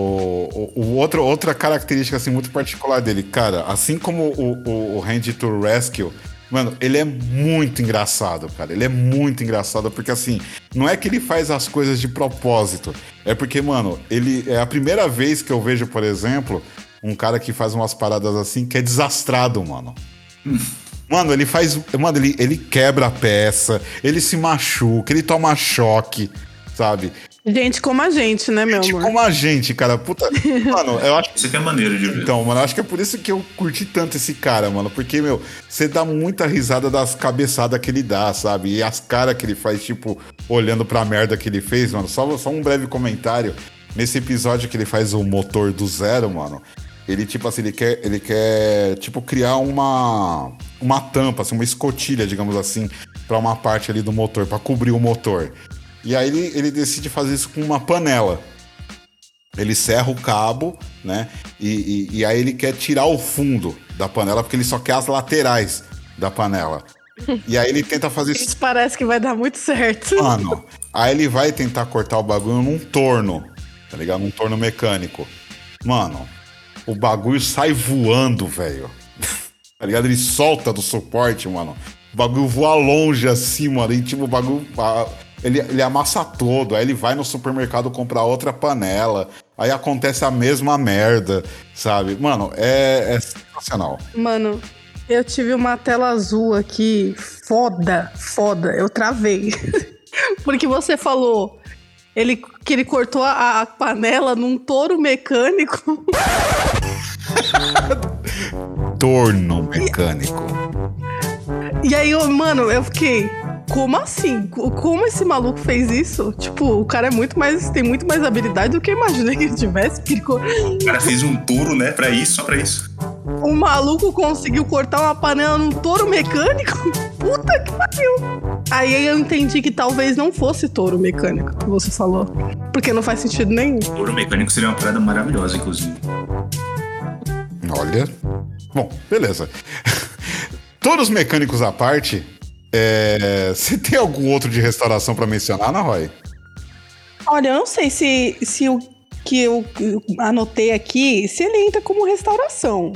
outra característica assim, muito particular dele, cara, assim como o Randy to Rescue, mano, ele é muito engraçado, cara. Ele é muito engraçado porque, assim, não é que ele faz as coisas de propósito. É porque, mano, é a primeira vez que eu vejo, por exemplo, um cara que faz umas paradas assim que é desastrado, mano. Mano, ele faz... Mano, ele quebra a peça, ele se machuca, ele toma choque, sabe? Gente como a gente, né, meu amor? Como a gente, cara. Puta... Mano, eu acho... Isso aqui é maneiro de ver. Então, mano, eu acho que é por isso que eu curti tanto esse cara, mano. Porque, meu, você dá muita risada das cabeçadas que ele dá, sabe? E as caras que ele faz, tipo, olhando pra merda que ele fez, mano. Só um breve comentário. Nesse episódio que ele faz o motor do zero, mano, ele, tipo assim, ele quer tipo, criar uma tampa, assim, uma escotilha, digamos assim, pra uma parte ali do motor, pra cobrir o motor. E aí ele decide fazer isso com uma panela. Ele serra o cabo, né? E aí ele quer tirar o fundo da panela, porque ele só quer as laterais da panela. E aí ele tenta fazer isso. Isso parece que vai dar muito certo. Mano, aí ele vai tentar cortar o bagulho num torno, tá ligado? Num torno mecânico. Mano, o bagulho sai voando, velho. Tá ligado? Ele solta do suporte, mano. O bagulho voa longe assim, mano. E tipo, o bagulho... Ele amassa todo, aí ele vai no supermercado comprar outra panela, aí acontece a mesma merda, sabe? Mano, é sensacional. Mano, eu tive uma tela azul aqui, foda, eu travei. Porque você falou que ele cortou a panela num touro mecânico. Torno mecânico. E aí, mano, eu fiquei... Como assim? Como esse maluco fez isso? Tipo, o cara tem muito mais habilidade do que eu imaginei que ele tivesse. O cara fez um touro, né? Só pra isso. O maluco conseguiu cortar uma panela num touro mecânico? Puta que pariu! Aí eu entendi que talvez não fosse touro mecânico, que você falou. Porque não faz sentido nenhum. Touro mecânico seria uma parada maravilhosa, inclusive. Olha. Bom, beleza. Todos mecânicos à parte... Você tem algum outro de restauração pra mencionar, Ana Roy? Olha, eu não sei se o que eu anotei aqui, se ele entra como restauração.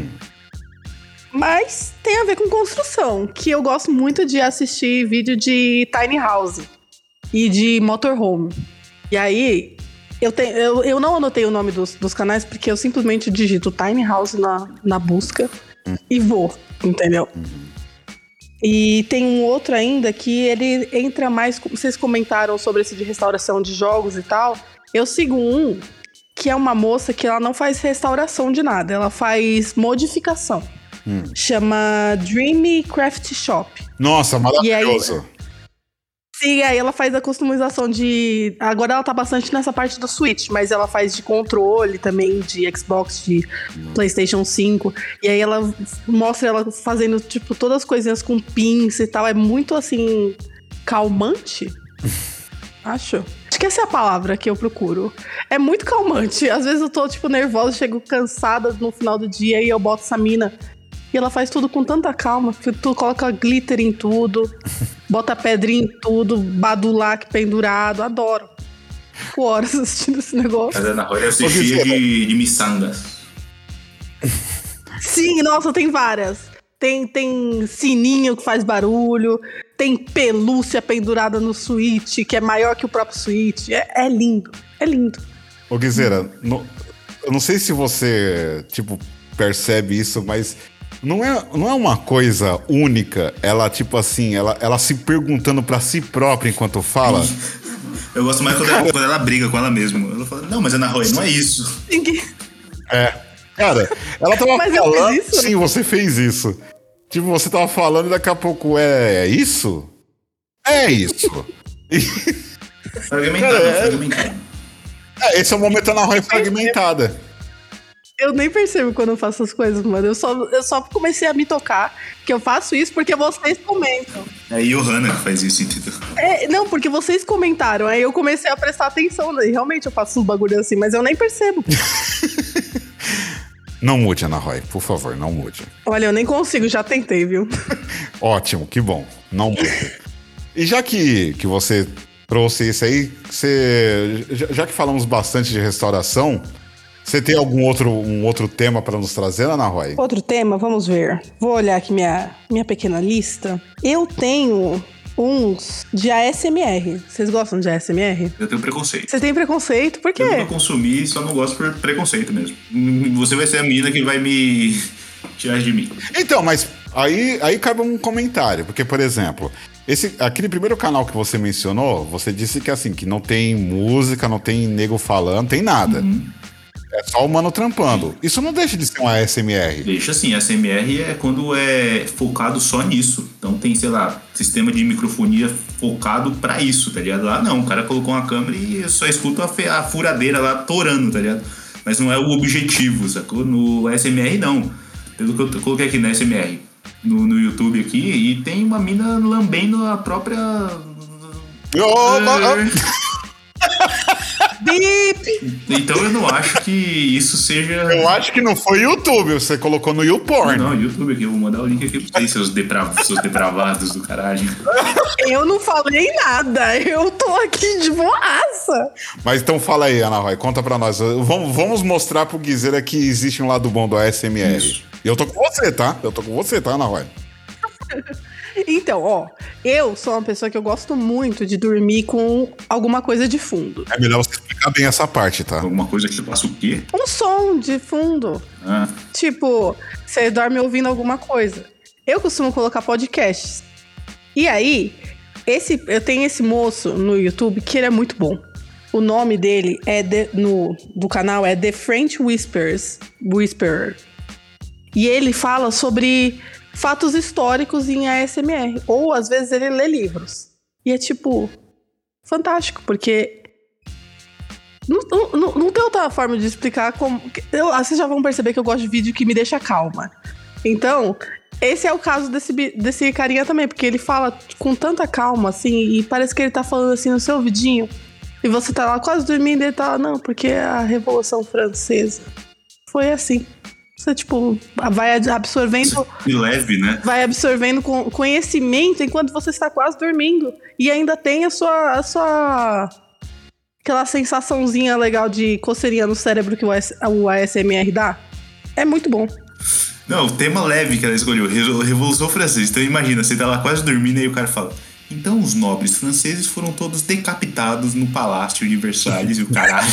Mas tem a ver com construção, que eu gosto muito de assistir vídeo de tiny house e de motorhome. E aí, eu não anotei o nome dos canais porque eu simplesmente digito tiny house na busca e vou, entendeu? E tem um outro ainda que ele entra mais... Vocês comentaram sobre esse de restauração de jogos e tal. Eu sigo um que é uma moça que ela não faz restauração de nada. Ela faz modificação. Chama Dreamy Craft Shop. Nossa, maravilhoso. Sim, aí ela faz a customização de... Agora ela tá bastante nessa parte do Switch, mas ela faz de controle também, de Xbox, de PlayStation 5. E aí ela mostra ela fazendo, tipo, todas as coisinhas com pins e tal. É muito, assim, calmante, acho. Acho que essa é a palavra que eu procuro. É muito calmante. Às vezes eu tô, tipo, nervosa, chego cansada no final do dia e eu boto essa mina... E ela faz tudo com tanta calma. Tu coloca glitter em tudo, bota pedrinha em tudo, badulac pendurado. Adoro. 5 horas assistindo esse negócio. Mas a Ana Roy deve ser cheia de miçangas. Sim, nossa, tem várias. tem sininho que faz barulho, tem pelúcia pendurada no Switch, que é maior que o próprio Switch. É lindo, é lindo. Ô, Guizeira, eu não sei se você, tipo, percebe isso, mas não é uma coisa única, ela, tipo assim, ela se perguntando pra si própria enquanto fala. Eu gosto mais quando ela briga com ela mesma. Ela fala, não, mas Ana Roy, não é isso. Cara, ela tava mas falando... eu fiz isso? Sim, você fez isso. Tipo, você tava falando e daqui a pouco é isso? É isso. Fragmentado. Esse é o momento Ana Roy fragmentada. Eu nem percebo quando eu faço as coisas, mano. Eu só comecei a me tocar que eu faço isso porque vocês comentam. É a Johanna que faz isso, entendeu? Não, porque vocês comentaram. Aí eu comecei a prestar atenção. Né? Realmente eu faço uns bagulho assim, mas eu nem percebo. Não mude, Ana Roy, por favor, não mude. Olha, eu nem consigo, já tentei, viu? Ótimo, que bom. Não mude. E já que você trouxe isso aí, já que falamos bastante de restauração, você tem algum outro tema para nos trazer, Ana Roy? Outro tema, vamos ver. Vou olhar aqui minha pequena lista. Eu tenho uns de ASMR. Vocês gostam de ASMR? Eu tenho preconceito. Você tem preconceito? Por quê? Eu nunca consumi, só não gosto por preconceito mesmo. Você vai ser a menina que vai me tirar de mim. Então, mas aí cabe um comentário, porque, por exemplo, aquele primeiro canal que você mencionou, você disse que assim, que não tem música, não tem nego falando, não tem nada. Uhum. É só o mano trampando. Isso não deixa de ser um ASMR. Deixa assim, ASMR é quando é focado só nisso. Então tem, sei lá, sistema de microfonia focado pra isso, tá ligado? Lá não, o cara colocou uma câmera e eu só escuto a furadeira lá torando, tá ligado? Mas não é o objetivo, sacou? No ASMR não. Pelo que eu coloquei aqui no ASMR, no YouTube aqui, e tem uma mina lambendo a própria... Bip! Então eu não acho que isso seja... Eu acho que não foi YouTube, você colocou no YouPorn. Não, YouTube aqui, eu vou mandar o link aqui pra vocês, seus depravados do caralho. Eu não falei nada, eu tô aqui de boaça. Mas então fala aí, Ana Roy, conta pra nós. Vamos mostrar pro Guizeira que existe um lado bom do ASMR. Isso. E eu tô com você, tá? Ana Roy? Então, ó, eu sou uma pessoa que eu gosto muito de dormir com alguma coisa de fundo. É melhor você explicar bem essa parte, tá? Alguma coisa que passa o quê? Um som de fundo. Ah, Tipo, você dorme ouvindo alguma coisa. Eu costumo colocar podcasts. E aí, eu tenho esse moço no YouTube que ele é muito bom. O nome dele do canal é The French Whisperer. E ele fala sobre fatos históricos em ASMR. Ou, às vezes, ele lê livros. E é, tipo, fantástico, porque não tem outra forma de explicar como... Vocês já vão perceber que eu gosto de vídeo que me deixa calma. Então, esse é o caso desse carinha também, porque ele fala com tanta calma, assim, e parece que ele tá falando assim no seu ouvidinho. E você tá lá quase dormindo e ele tá lá, não, porque a Revolução Francesa foi assim. Você, tipo, vai absorvendo... e leve, né? Vai absorvendo conhecimento enquanto você está quase dormindo. E ainda tem a sua aquela sensaçãozinha legal de coceirinha no cérebro que o ASMR dá. É muito bom. Não, o tema leve que ela escolheu, Revolução Francesa. Então imagina, você tá lá quase dormindo e aí o cara fala... Então os nobres franceses foram todos decapitados no Palácio de Versalhes e o caralho...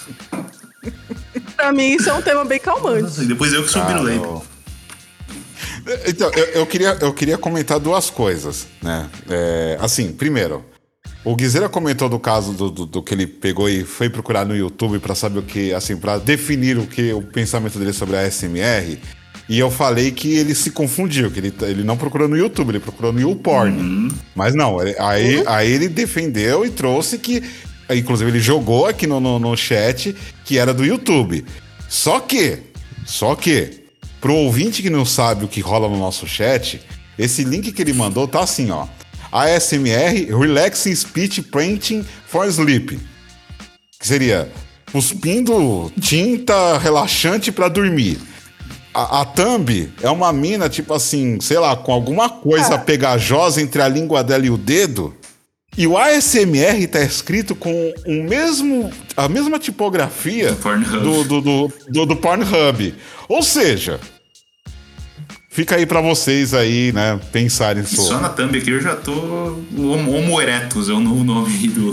Pra mim, isso é um tema bem calmante. Nossa, e depois eu que sou biruleibe. Então, eu queria comentar duas coisas, né? Assim, primeiro, o Guizeira comentou do caso do que ele pegou e foi procurar no YouTube pra saber o que, assim, pra definir o pensamento dele sobre a ASMR. E eu falei que ele se confundiu, que ele não procurou no YouTube, ele procurou no YouPorn. Uhum. Mas não, aí ele defendeu e trouxe que... Inclusive, ele jogou aqui no chat que era do YouTube. Só que, pro ouvinte que não sabe o que rola no nosso chat, esse link que ele mandou tá assim, ó. ASMR, Relaxing Speech Painting for Sleep. Que seria cuspindo tinta relaxante pra dormir. A thumb é uma mina, tipo assim, sei lá, com alguma coisa pegajosa entre a língua dela e o dedo. E o ASMR tá escrito com a mesma tipografia do Pornhub. Ou seja, fica aí pra vocês aí, né, pensarem Só sobre. na thumb aqui eu já tô... Homo erectus é o novo nome aí do...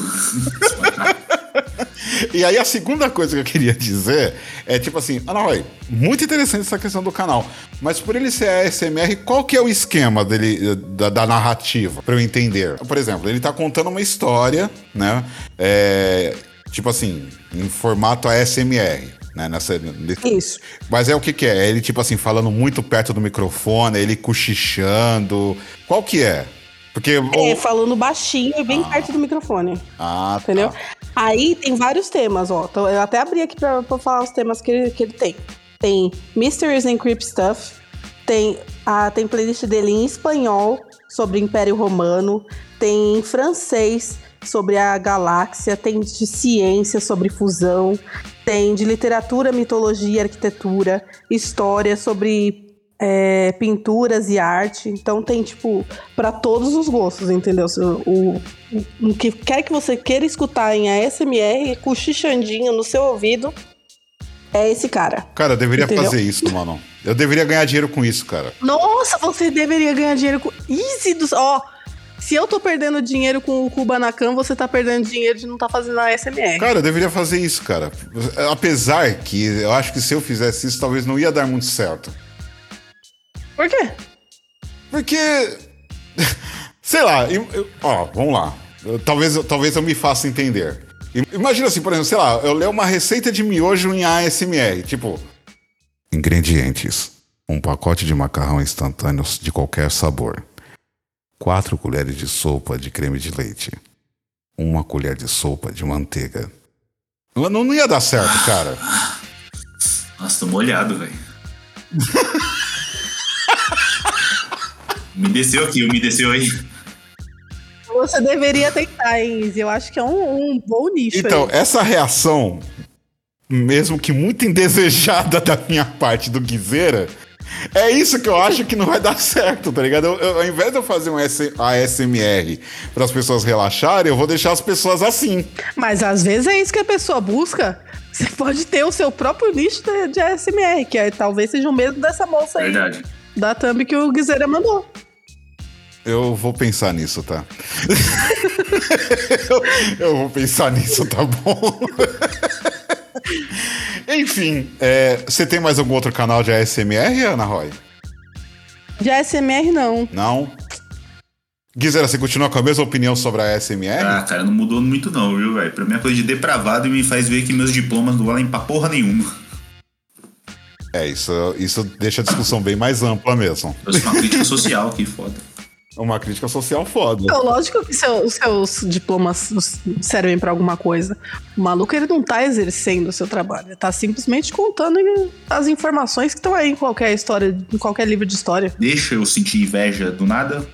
E aí a segunda coisa que eu queria dizer é tipo assim, Ana Roy, muito interessante essa questão do canal, mas por ele ser ASMR, qual que é o esquema dele, da narrativa, pra eu entender? Por exemplo, ele tá contando uma história, né, tipo assim, em formato ASMR, né, Isso. Mas é o que é? Ele tipo assim, falando muito perto do microfone, ele cochichando, qual que é? Porque... falando baixinho e bem perto do microfone. Ah, entendeu? Tá. Aí tem vários temas, ó. Então, eu até abri aqui pra falar os temas que ele tem. Tem Mysteries and Creep Stuff. Tem playlist dele em espanhol, sobre Império Romano. Tem em francês, sobre a galáxia. Tem de ciência, sobre fusão. Tem de literatura, mitologia, arquitetura. História, sobre... pinturas e arte. Então tem, tipo, pra todos os gostos, entendeu? O que quer que você queira escutar em ASMR, cochichandinho no seu ouvido, é esse cara. Cara, eu deveria entendeu? fazer isso, mano. Eu deveria ganhar dinheiro com isso, cara. Nossa, você deveria ganhar dinheiro com... Ó, se eu tô perdendo dinheiro com o Kubanacan, você tá perdendo dinheiro de não tá fazendo ASMR. Cara, eu deveria fazer isso, cara. Apesar que eu acho que se eu fizesse isso, talvez não ia dar muito certo. Por quê? Porque... Sei lá, vamos lá. Talvez eu me faça entender. Imagina assim, por exemplo, sei lá, eu leio uma receita de miojo em ASMR, tipo... Ingredientes. Um pacote de macarrão instantâneo de qualquer sabor. 4 colheres de sopa de creme de leite. 1 colher de sopa de manteiga. Não ia dar certo, cara. Nossa, tô molhado, velho. Me desceu aí. Você deveria tentar, hein, Izzy? Eu acho que é um bom nicho. Então, aí. essa reação, mesmo que muito indesejada da minha parte do Guizeira, é isso que eu acho que não vai dar certo, tá ligado? Ao invés de eu fazer um ASMR para as pessoas relaxarem, eu vou deixar as pessoas assim. Mas às vezes é isso que a pessoa busca. Você pode ter o seu próprio nicho de ASMR, que talvez seja o mesmo dessa moça aí. Verdade. Da thumb que o Guizeira mandou. Eu vou pensar nisso, tá? eu vou pensar nisso, tá bom? Enfim, você tem mais algum outro canal de ASMR, Ana Roy? De ASMR, não. Não? Guizeira, você continua com a mesma opinião sobre a ASMR? Ah, cara, não mudou muito não, viu, velho? Pra mim é coisa de depravado e me faz ver que meus diplomas não valem pra porra nenhuma. Isso deixa a discussão bem mais ampla mesmo. Eu sou uma crítica social aqui, foda. Uma crítica social foda. Então, lógico que os seus diplomas servem pra alguma coisa. O maluco, ele não tá exercendo o seu trabalho. Ele tá simplesmente contando as informações que estão aí em qualquer história, em qualquer livro de história. Deixa eu sentir inveja do nada.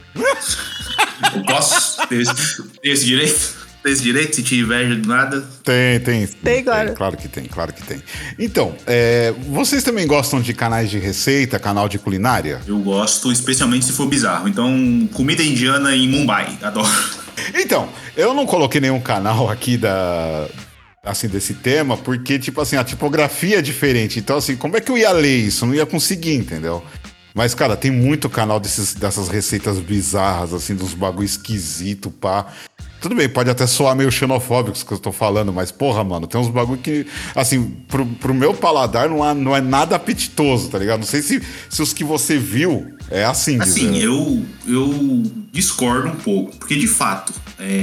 Eu posso ter esse direito? Tem esse direito de sentir inveja do nada? Tem, claro. Claro que tem. Então, vocês também gostam de canais de receita, canal de culinária? Eu gosto, especialmente se for bizarro. Então, comida indiana em Mumbai, adoro. Então, eu não coloquei nenhum canal aqui desse tema, porque, tipo assim, a tipografia é diferente. Então, assim, como é que eu ia ler isso? Não ia conseguir, entendeu? Mas, cara, tem muito canal dessas receitas bizarras, assim, dos bagulho esquisito, pá. Tudo bem, pode até soar meio xenofóbico isso que eu tô falando, mas, porra, mano, tem uns bagulho que, assim, pro meu paladar não é nada apetitoso, tá ligado? Não sei se os que você viu é assim. Assim, eu discordo um pouco, porque, de fato,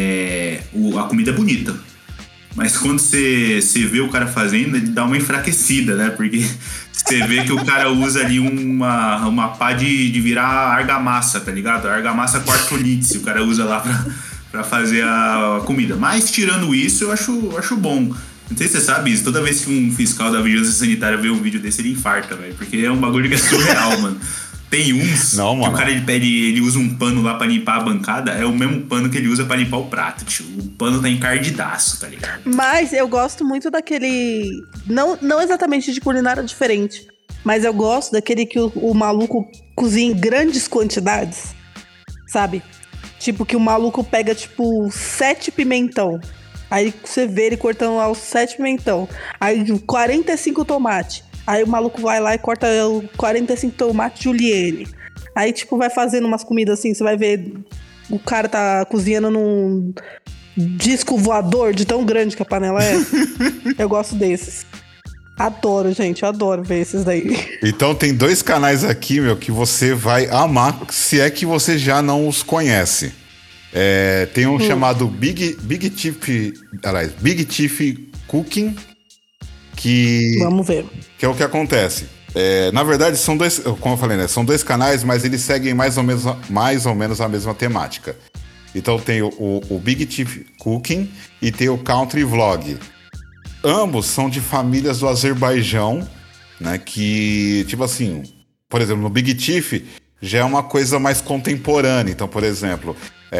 a comida é bonita. Mas quando você vê o cara fazendo, ele dá uma enfraquecida, né? Porque você vê que o cara usa ali uma pá de virar argamassa, tá ligado? Argamassa quartolítese, o cara usa lá pra fazer a comida. Mas, tirando isso, eu acho bom. Não sei se você sabe isso, toda vez que um fiscal da vigilância sanitária vê um vídeo desse, ele infarta, velho. Porque é um bagulho que é surreal, mano. Tem uns que o cara ele usa um pano lá pra limpar a bancada, é o mesmo pano que ele usa pra limpar o prato, tio. O pano tá encardidaço, tá ligado? Mas eu gosto muito daquele... Não exatamente de culinária diferente, mas eu gosto daquele que o maluco cozinha em grandes quantidades, sabe? Tipo, que o maluco pega, 7 pimentão. Aí você vê ele cortando lá os 7 pimentão. Aí 45 tomate. Aí o maluco vai lá e corta 45 tomate julienne. Aí, tipo, vai fazendo umas comidas assim, você vai ver o cara tá cozinhando num disco voador de tão grande que a panela é. Eu gosto desses. Adoro, gente, eu adoro ver esses daí. Então tem 2 canais aqui, meu, que você vai amar, se é que você já não os conhece. Tem um chamado Big Chief Cooking, que... Vamos ver. Que é o que acontece. Na verdade, são 2, como eu falei, né? São 2 canais, mas eles seguem mais ou menos a mesma temática. Então tem o Big Chief Cooking e tem o Country Vlog. Ambos são de famílias do Azerbaijão, né? Que, tipo assim, por exemplo, no Big Chief já é uma coisa mais contemporânea. Então, por exemplo,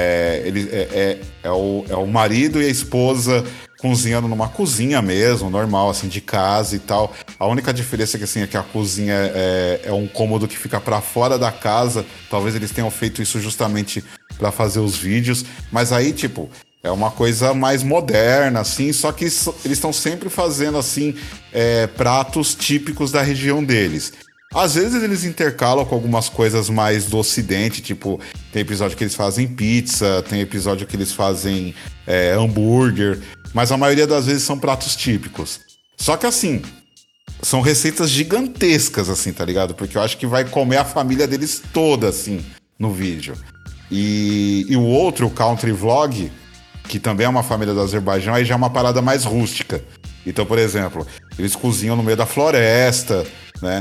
o marido e a esposa cozinhando numa cozinha mesmo, normal, assim, de casa e tal. A única diferença é que, assim, é que a cozinha é um cômodo que fica pra fora da casa. Talvez eles tenham feito isso justamente pra fazer os vídeos. Mas aí, tipo, é uma coisa mais moderna, assim, só que eles estão sempre fazendo, assim, pratos típicos da região deles. Às vezes eles intercalam com algumas coisas mais do ocidente, tipo, tem episódio que eles fazem pizza, tem episódio que eles fazem hambúrguer, mas a maioria das vezes são pratos típicos. Só que assim, são receitas gigantescas, assim, tá ligado? Porque eu acho que vai comer a família deles toda, assim, no vídeo. E o outro, o Country Vlog, que também é uma família do Azerbaijão, aí já é uma parada mais rústica. Então, por exemplo, eles cozinham no meio da floresta, né?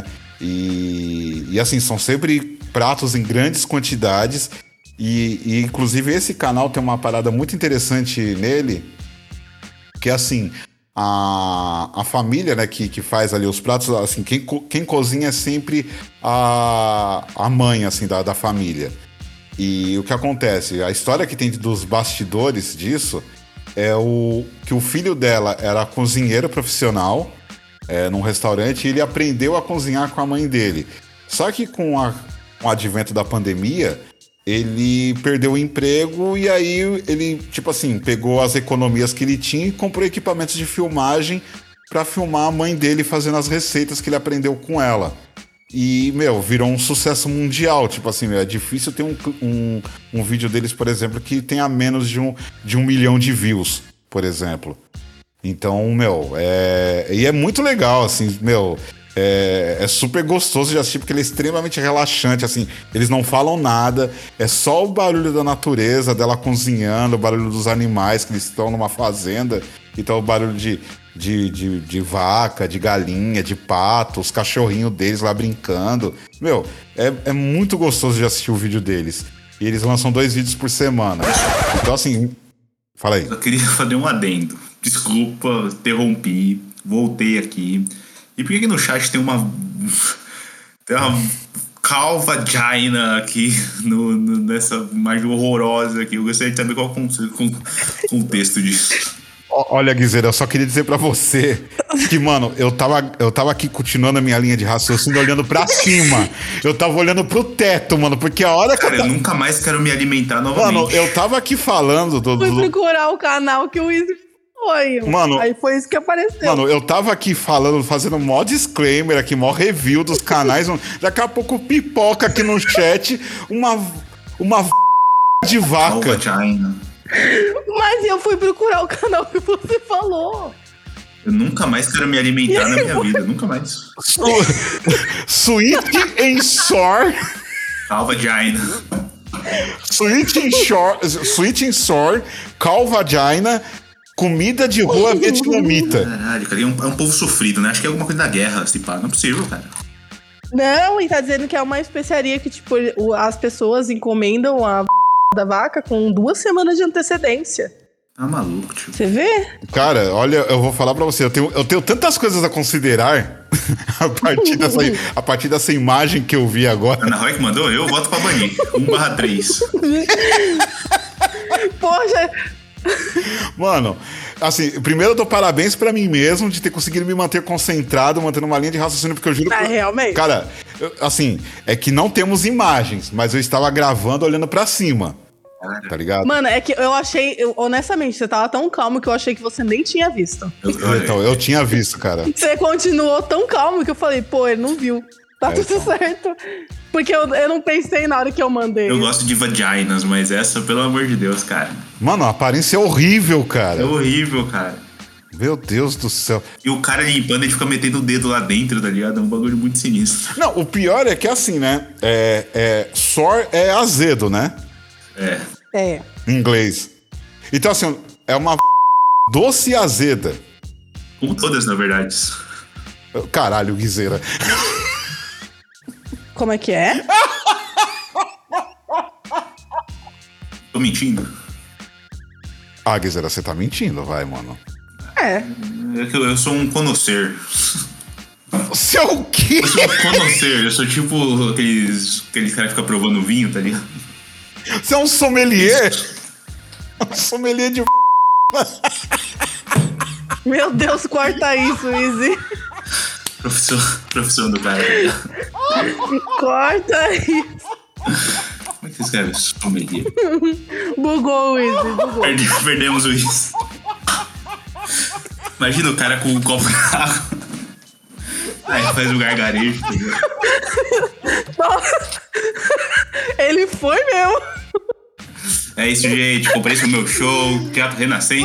E assim, são sempre pratos em grandes quantidades. E inclusive esse canal tem uma parada muito interessante nele, que é assim, a família, né, que faz ali os pratos, assim, quem cozinha é sempre a mãe, assim, da família. E o que acontece? A história que tem dos bastidores disso é que o filho dela era cozinheiro profissional num restaurante e ele aprendeu a cozinhar com a mãe dele. Só que com o advento da pandemia, ele perdeu o emprego e aí ele, tipo assim, pegou as economias que ele tinha e comprou equipamentos de filmagem para filmar a mãe dele fazendo as receitas que ele aprendeu com ela. E, virou um sucesso mundial. Tipo assim, é difícil ter um vídeo deles, por exemplo, que tenha menos de 1 milhão de views, por exemplo. Então, e é muito legal, assim, é super gostoso de assistir, porque ele é extremamente relaxante, assim, eles não falam nada, é só o barulho da natureza, dela cozinhando, o barulho dos animais, que eles estão numa fazenda, então o barulho de vaca, de galinha, de pato, os cachorrinhos deles lá brincando. É muito gostoso de assistir o vídeo deles. E eles lançam 2 vídeos por semana. Então, assim, fala aí. Eu queria fazer um adendo. Desculpa, interrompi, voltei aqui. E por que no chat tem uma calvagina aqui nessa imagem horrorosa aqui? Eu gostaria de saber qual o contexto disso. Olha, Guizeira, eu só queria dizer pra você que, mano, eu tava aqui continuando a minha linha de raciocínio olhando pra cima. Eu tava olhando pro teto, mano, porque a hora que eu nunca mais quero me alimentar novamente. Mano, eu tava aqui falando Fui procurar o canal que o Izzy foi. Mano, aí foi isso que apareceu. Mano, eu tava aqui falando, fazendo mó disclaimer aqui, mó review dos canais. Daqui a pouco pipoca aqui no chat uma de vaca. Mas eu fui procurar o canal que você falou. Eu nunca mais quero me alimentar na minha vida. Nunca mais. Sweet and Sour. Calvagina. Sweet and Sour. Calvagina. Comida de rua vietnamita. Caralho, cara. É um povo sofrido, né? Acho que é alguma coisa da guerra, se pá. Não é possível, cara. Não, e tá dizendo que é uma especiaria que, tipo, as pessoas encomendam a da vaca com 2 semanas de antecedência. Tá maluco, tio. Você vê? Cara, olha, eu vou falar pra você, eu tenho tantas coisas a considerar a partir dessa imagem que eu vi agora. Ana Roy que mandou, eu voto pra banir. 1/3. Poxa. Mano, assim, primeiro eu dou parabéns pra mim mesmo de ter conseguido me manter concentrado, mantendo uma linha de raciocínio, porque eu juro que... realmente? Cara, assim, é que não temos imagens, mas eu estava gravando olhando pra cima, tá ligado? Mano, é que eu achei, honestamente, você tava tão calmo que eu achei que você nem tinha visto. Então, eu tinha visto, cara. Você continuou tão calmo que eu falei, pô, ele não viu. Tá tudo certo. Porque eu não pensei na hora que eu mandei. Eu gosto de vaginas, mas essa, pelo amor de Deus, cara. Mano, a aparência é horrível, cara. É horrível, cara. Meu Deus do céu. E o cara limpando, ele fica metendo o dedo lá dentro, tá ligado? É um bagulho muito sinistro. Não, o pior é que assim, né? Sore é azedo, né? É. Em inglês. Então, assim, é uma doce e azeda. Como todas, na verdade. Caralho, Guizeira. Como é que é? Tô mentindo? Ah, Guizeira, você tá mentindo, vai, mano. É. Eu sou um conhecer. Você é o quê? Eu sou um conhecer. Eu sou tipo aqueles caras que ficam provando vinho, tá ligado? Você é um sommelier? Um sommelier de... Meu Deus, corta isso, Izzy. Profissão do cara, tá ligado? Corta isso. Como é que você escreve sommelier? Bugou o Izzy, bugou. Perdemos o isso. Imagina o cara com um copo de água. Aí faz o gargarejo. Ele foi mesmo. É isso, gente. Comprei o meu show, Teatro Renascença.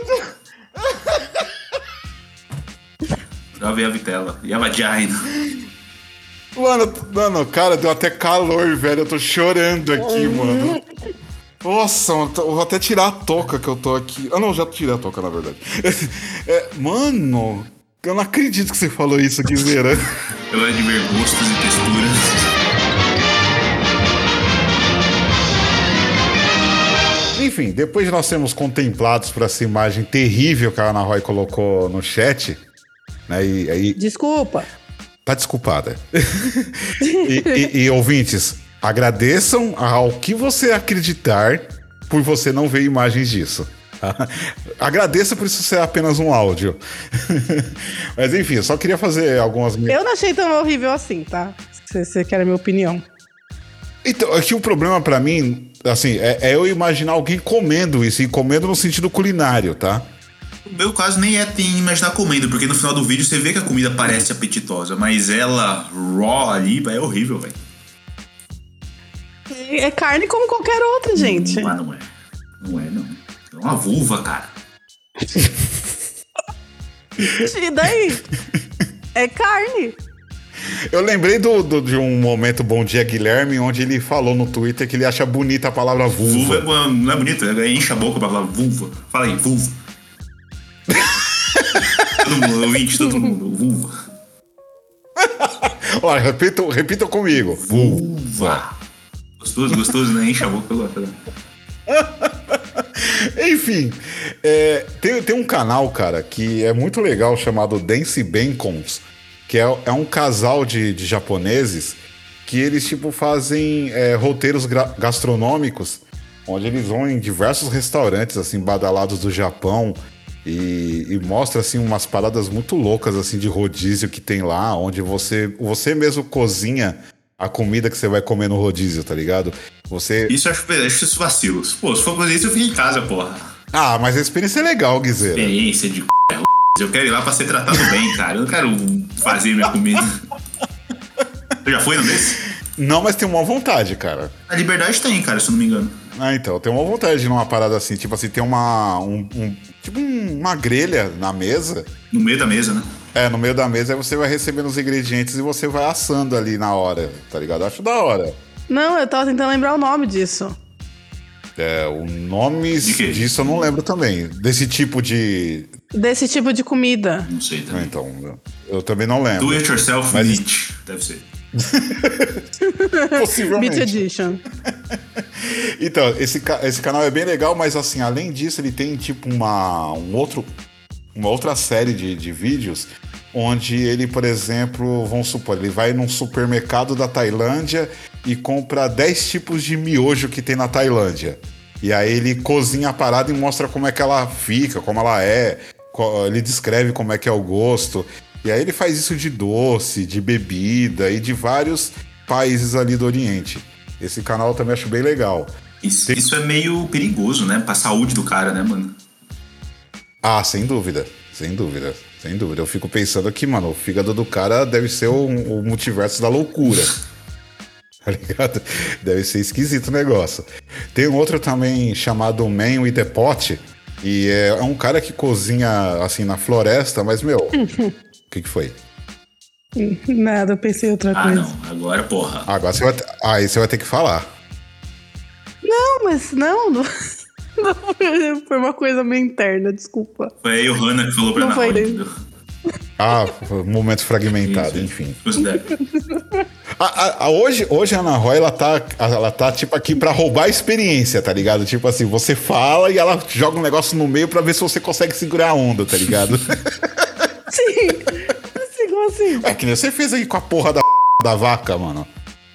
Jovem a vitela. E a vagina. Mano, cara, deu até calor, velho. Eu tô chorando aqui, mano. Nossa, mano, eu vou até tirar a touca que eu tô aqui. Ah, não, já tirei a touca, na verdade. Mano, eu não acredito que você falou isso, Guizeira. Eu gosto de ver gostos e texturas. Enfim, depois de nós sermos contemplados por essa imagem terrível que a Ana Roy colocou no chat, né? E aí. Desculpa. Tá desculpada. e ouvintes, agradeçam ao que você acreditar por você não ver imagens disso. Agradeça por isso ser apenas um áudio. Mas enfim, eu só queria fazer algumas... Eu não achei tão horrível assim, tá? Se você quer a minha opinião. Então, aqui o problema pra mim, assim, é eu imaginar alguém comendo isso, e comendo no sentido culinário, tá? O meu caso nem é imaginar comendo, porque no final do vídeo você vê que a comida parece apetitosa, mas ela raw ali é horrível, velho. É carne como qualquer outra, gente. Mas não é. Não é, não. É uma vulva, cara. E daí? É carne. Eu lembrei de um momento Bom Dia Guilherme, onde ele falou no Twitter que ele acha bonita a palavra vulva. Vulva não é bonita, enche a boca pra falar vulva. Fala aí, vulva. Todo mundo, ouvinte, todo mundo, vulva. Olha, repita comigo. Vulva. Gostoso, né? Enche a boca. Enfim, tem um canal, cara, que é muito legal, chamado Dance Bacons, que é um casal de japoneses que eles, tipo, fazem roteiros gastronômicos, onde eles vão em diversos restaurantes, assim, badalados do Japão, e mostra, assim, umas paradas muito loucas, assim, de rodízio que tem lá, onde você mesmo cozinha a comida que você vai comer no rodízio, tá ligado? Isso eu acho isso vacilos. Pô, se for fazer isso, eu fico em casa, porra. Ah, mas a experiência é legal, Guizeira. Experiência de eu quero ir lá pra ser tratado bem, cara. Eu não quero fazer minha comida. Você já foi no desse? Não, mas tem uma vontade, cara. A Liberdade tem, cara, se eu não me engano. Ah, então, eu tenho uma vontade de ir numa parada assim. Tipo assim, tem uma grelha na mesa. No meio da mesa, né? No meio da mesa, aí você vai recebendo os ingredientes e você vai assando ali na hora, tá ligado? Eu acho da hora. Não, eu tava tentando lembrar o nome disso. O nome disso eu não lembro também. Desse tipo de comida. Não sei também. Então, eu também não lembro. Do it yourself meat, deve ser. Possivelmente. Meat Edition. Então, esse canal é bem legal, mas assim, além disso, ele tem tipo uma outra série de vídeos onde ele, por exemplo, vamos supor, ele vai num supermercado da Tailândia e compra 10 tipos de miojo que tem na Tailândia. E aí ele cozinha a parada e mostra como é que ela fica, como ela é, ele descreve como é que é o gosto. E aí ele faz isso de doce, de bebida e de vários países ali do Oriente. Esse canal eu também acho bem legal. Isso é meio perigoso, né? Pra saúde do cara, né, mano? Ah, sem dúvida, sem dúvida. Sem dúvida. Eu fico pensando aqui, mano, o fígado do cara deve ser o multiverso da loucura. Tá ligado? Deve ser esquisito o negócio. Tem um outro também chamado Man with the Pot. E é um cara que cozinha, assim, na floresta, mas, meu... O que foi? Nada, eu pensei em outra coisa. Não. Agora, porra. Agora você vai... Aí você vai ter que falar. Não, mas não foi uma coisa meio interna, desculpa. Foi a Johanna que falou pra Não Ana foi Roy, ele. entendeu? Momento fragmentado, Isso, enfim. considera. Hoje a Ana Roy, ela tá tipo aqui pra roubar a experiência, tá ligado? Tipo assim, você fala e ela joga um negócio no meio pra ver se você consegue segurar a onda, tá ligado? Sim, como assim? É que nem você fez aí com a porra da vaca, mano.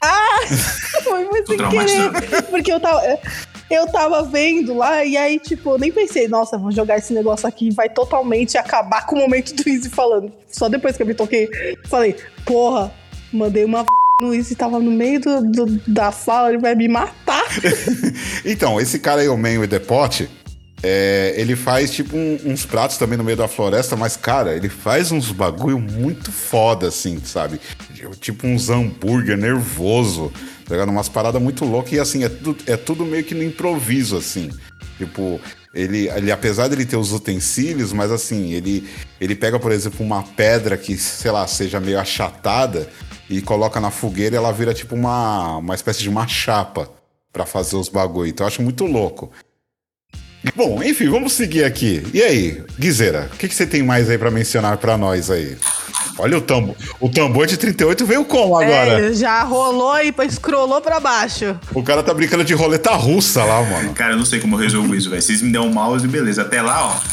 Foi muito Tô sem querer. traumatizado. Porque eu tava vendo lá e aí, tipo, eu nem pensei, nossa, vou jogar esse negócio aqui e vai totalmente acabar com o momento do Easy falando. Só depois que eu me toquei, falei, porra, mandei uma no Easy, tava no meio da fala, ele vai me matar. Então, esse cara aí, o Man with the Pot, ele faz tipo uns pratos também no meio da floresta, mas, cara, ele faz uns bagulho muito foda, assim, sabe? Tipo uns hambúrguer nervoso, pegando umas paradas muito loucas e, assim, é tudo meio que no improviso, assim. Tipo, ele apesar de ele ter os utensílios, mas, assim, ele pega, por exemplo, uma pedra que, sei lá, seja meio achatada e coloca na fogueira e ela vira, tipo, uma espécie de uma chapa pra fazer os bagulho. Então, eu acho muito louco. Bom, enfim, vamos seguir aqui. E aí, Guizeira, o que você tem mais aí pra mencionar pra nós aí? Olha o tambor de 38 veio como agora? Já rolou e scrollou pra baixo. O cara tá brincando de roleta russa lá, mano. Cara, eu não sei como eu resolvo isso, velho. Vocês me dão um mouse e beleza. Até lá, ó.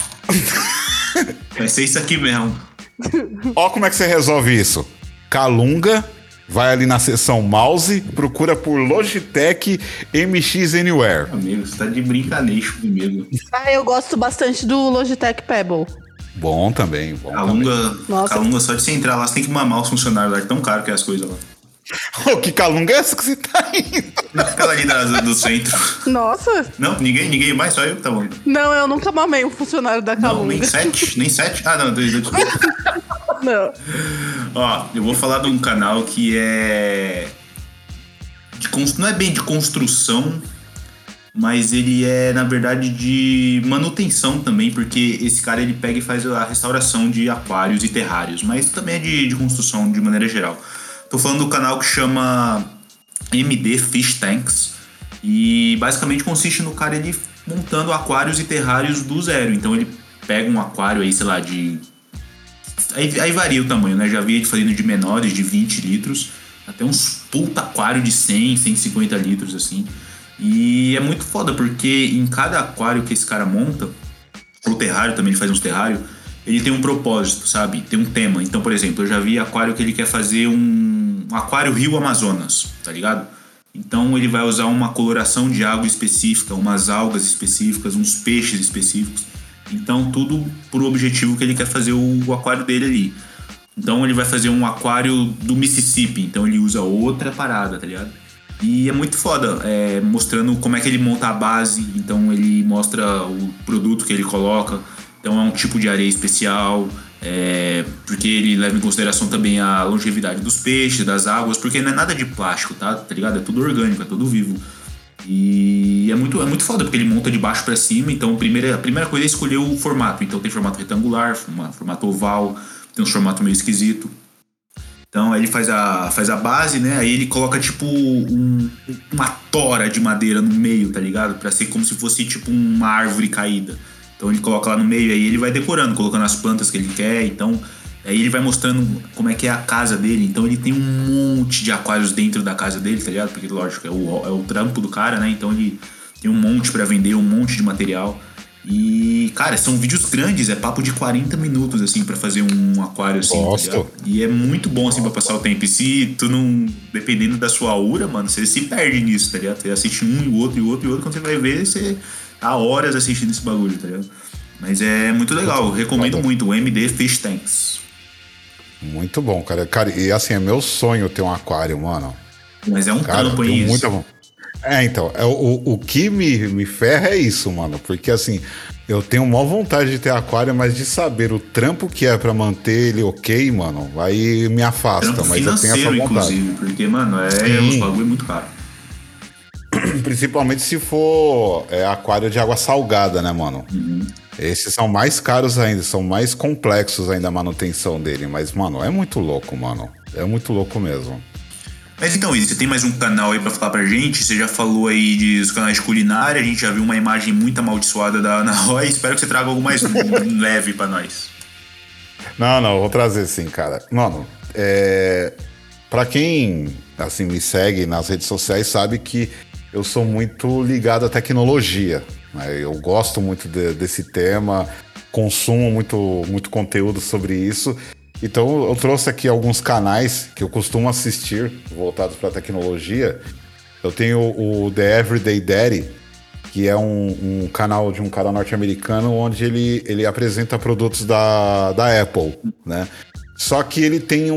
Vai ser isso aqui mesmo. Ó como é que você resolve isso. Calunga, vai ali na seção mouse, procura por Logitech MX Anywhere. Amigo, você tá de brincadeira comigo. Eu gosto bastante do Logitech Pebble. Bom também, bom Nossa. Calunga, só de você entrar lá, você tem que mamar os funcionários lá, é tão caro que é as coisas lá. também. Que calunga é essa que você tá indo? Não, aquela ali do centro. Nossa. Não, ninguém mais, só eu, tá bom. Não, eu nunca mamei um funcionário da Não, Calunga. nem sete. Ah, não, desculpa. Não. Ó, eu vou falar de um canal que é... não é bem de construção, mas ele é, na verdade, de manutenção também, porque esse cara, ele pega e faz a restauração de aquários e terrários, mas também é de construção de maneira geral. Tô falando do canal que chama MD Fish Tanks, e basicamente consiste no cara, ele montando aquários e terrários do zero. Então ele pega um aquário aí, sei lá, de... Aí varia o tamanho, né? Já vi ele fazendo de menores, de 20 litros, até uns puta aquário de 100, 150 litros, assim. E é muito foda, porque em cada aquário que esse cara monta, ou terrário também, ele faz uns terrários, ele tem um propósito, sabe? Tem um tema. Então, por exemplo, eu já vi aquário que ele quer fazer um aquário Rio Amazonas, tá ligado? Então ele vai usar uma coloração de água específica, umas algas específicas, uns peixes específicos. Então tudo por objetivo que ele quer fazer o aquário dele ali. Então ele vai fazer um aquário do Mississippi, então ele usa outra parada, tá ligado? E é muito foda, mostrando como é que ele monta a base. Então ele mostra o produto que ele coloca. Então é um tipo de areia especial, porque ele leva em consideração também a longevidade dos peixes, das águas, porque não é nada de plástico, tá ligado? É tudo orgânico, é tudo vivo. E é muito foda, porque ele monta de baixo pra cima. Então a primeira coisa é escolher o formato. Então tem formato retangular, formato oval, tem um formato meio esquisito. Então aí ele faz a base, né? Aí ele coloca tipo uma tora de madeira no meio, tá ligado? Pra ser como se fosse tipo uma árvore caída. Então ele coloca lá no meio, aí ele vai decorando, colocando as plantas que ele quer. Então aí ele vai mostrando como é que é a casa dele. Então ele tem um monte de aquários dentro da casa dele, tá ligado? Porque lógico, é o trampo do cara, né? Então ele tem um monte pra vender, um monte de material. E, cara, são vídeos grandes, é papo de 40 minutos, assim, pra fazer um aquário, assim, Gosto. tá ligado? E é muito bom, assim, pra passar o tempo. E se tu não, dependendo da sua aura, mano, você se perde nisso, tá ligado? Você assiste um e o outro, quando você vai ver, você tá horas assistindo esse bagulho, tá ligado? Mas é muito legal, eu recomendo muito, o MD Fish Tanks. Muito bom, cara. Cara, e assim, é meu sonho ter um aquário, mano. Mas é um Cara, trampo tenho aí isso. muita... Então, o que me ferra é isso, mano. Porque assim, eu tenho maior vontade de ter aquário, mas de saber o trampo que é pra manter ele ok, mano, aí me afasta. Trampo mas eu tenho essa vontade. inclusive, porque, mano, os bagulho muito caro. Principalmente se for aquário de água salgada, né, mano? Uhum. Esses são mais caros ainda, são mais complexos ainda a manutenção dele. Mas, mano, é muito louco, mano. É muito louco mesmo. Mas então, Izzy, você tem mais um canal aí pra falar pra gente? Você já falou aí dos canais de culinária, a gente já viu uma imagem muito amaldiçoada da Ana Roy. Espero que você traga algo mais leve pra nós. Não, vou trazer sim, cara. Mano, pra quem, assim, me segue nas redes sociais sabe que eu sou muito ligado à tecnologia, né? Eu gosto muito desse tema, consumo muito conteúdo sobre isso. Então eu trouxe aqui alguns canais que eu costumo assistir voltados para tecnologia. Eu tenho o The Everyday Daddy, que é um canal de um cara norte-americano onde ele apresenta produtos da Apple, né? Só que ele tem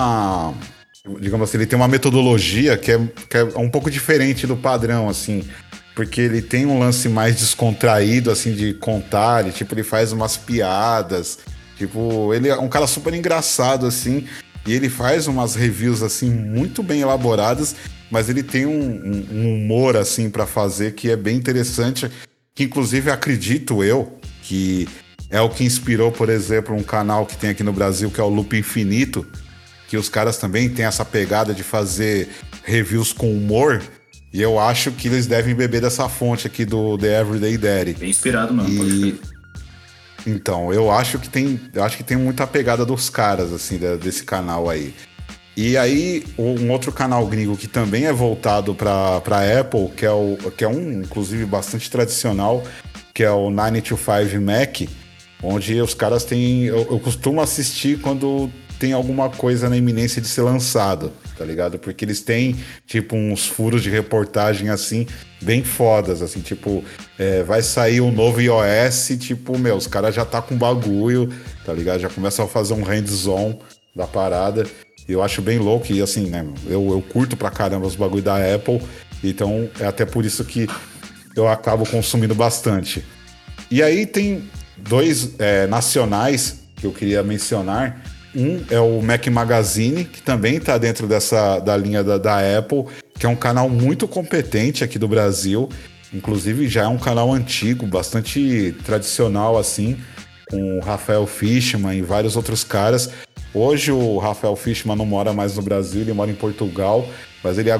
digamos assim, ele tem uma metodologia que é um pouco diferente do padrão, assim, porque ele tem um lance mais descontraído, assim, de contar, ele faz umas piadas, ele é um cara super engraçado, assim, e ele faz umas reviews, assim, muito bem elaboradas, mas ele tem um humor, assim, pra fazer que é bem interessante, que inclusive acredito eu que é o que inspirou, por exemplo, um canal que tem aqui no Brasil, que é o Loop Infinito, que os caras também têm essa pegada de fazer reviews com humor, e eu acho que eles devem beber dessa fonte aqui do The Everyday Daddy. Bem inspirado mesmo. Então, eu acho que tem muita pegada dos caras, assim, desse canal aí. E aí, um outro canal gringo que também é voltado pra Apple, que é um, inclusive, bastante tradicional, que é o 9 to 5 Mac, onde os caras têm... Eu costumo assistir quando tem alguma coisa na iminência de ser lançado, tá ligado? Porque eles têm, uns furos de reportagem, assim, bem fodas, assim, vai sair um novo iOS, os caras já tá com bagulho, tá ligado? Já começam a fazer um hands-on da parada, e eu acho bem louco, e assim, né, eu curto pra caramba os bagulho da Apple, então é até por isso que eu acabo consumindo bastante. E aí tem dois nacionais que eu queria mencionar. Um é o Mac Magazine, que também está dentro da linha da Apple, que é um canal muito competente aqui do Brasil. Inclusive já é um canal antigo, bastante tradicional, assim, com o Rafael Fishman e vários outros caras. Hoje o Rafael Fishman não mora mais no Brasil, ele mora em Portugal, mas ele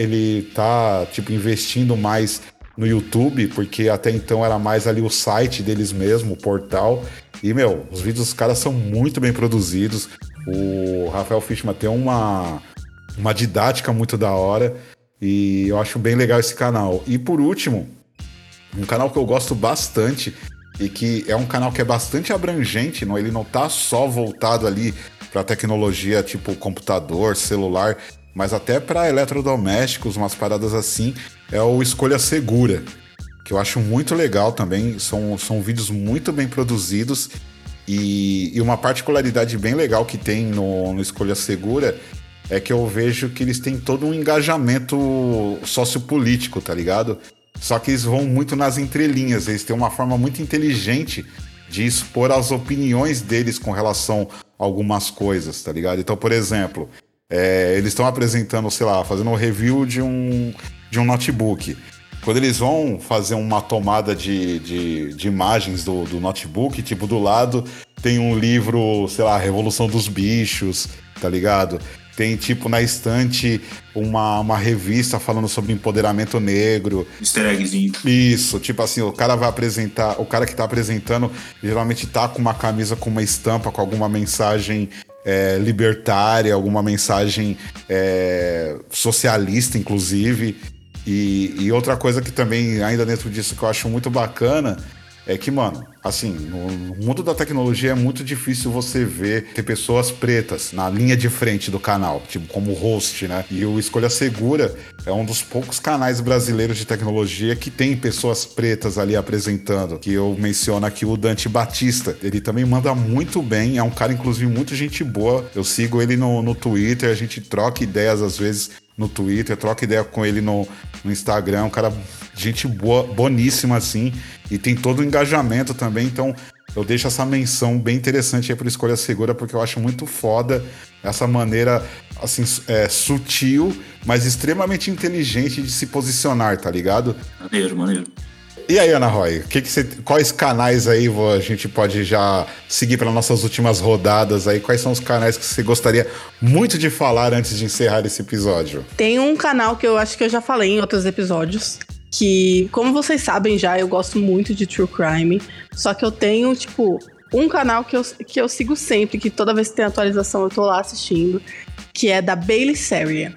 tá investindo mais no YouTube, porque até então era mais ali o site deles mesmo, o portal. E, os vídeos dos caras são muito bem produzidos. O Rafael Fishman tem uma didática muito da hora. E eu acho bem legal esse canal. E, por último, um canal que eu gosto bastante e que é um canal que é bastante abrangente. Ele não tá só voltado ali para tecnologia tipo computador, celular, mas até para eletrodomésticos, umas paradas assim. É o Escolha Segura, que eu acho muito legal também, são vídeos muito bem produzidos e uma particularidade bem legal que tem no Escolha Segura é que eu vejo que eles têm todo um engajamento sociopolítico, tá ligado? Só que eles vão muito nas entrelinhas, eles têm uma forma muito inteligente de expor as opiniões deles com relação a algumas coisas, tá ligado? Então, por exemplo, eles estão apresentando, fazendo um review de um notebook. Quando eles vão fazer uma tomada de imagens do notebook, do lado tem um livro, Revolução dos Bichos, tá ligado? Tem, na estante, uma revista falando sobre empoderamento negro. Easter eggzinho. Isso, assim, o cara que tá apresentando geralmente tá com uma camisa com uma estampa, com alguma mensagem libertária, alguma mensagem socialista, inclusive. E outra coisa que também, ainda dentro disso, que eu acho muito bacana, é que, mano, assim, no mundo da tecnologia é muito difícil você ter pessoas pretas na linha de frente do canal, como host, né? E o Escolha Segura é um dos poucos canais brasileiros de tecnologia que tem pessoas pretas ali apresentando, que eu menciono aqui o Dante Batista. Ele também manda muito bem, é um cara, inclusive, muito gente boa. Eu sigo ele no Twitter, a gente troca ideias, às vezes, no Twitter, troco ideia com ele no Instagram, um cara, gente boa, boníssima assim, e tem todo o engajamento também, então eu deixo essa menção bem interessante aí pro Escolha Segura, porque eu acho muito foda essa maneira, assim, sutil, mas extremamente inteligente de se posicionar, tá ligado? Maneiro. E aí, Ana Roy, quais canais aí a gente pode já seguir para nossas últimas rodadas aí? Quais são os canais que você gostaria muito de falar antes de encerrar esse episódio? Tem um canal que eu acho que eu já falei em outros episódios, que, como vocês sabem já, eu gosto muito de True Crime, só que eu tenho, tipo, um canal que eu sigo sempre, que toda vez que tem atualização eu tô lá assistindo, que é da Bailey Sarian.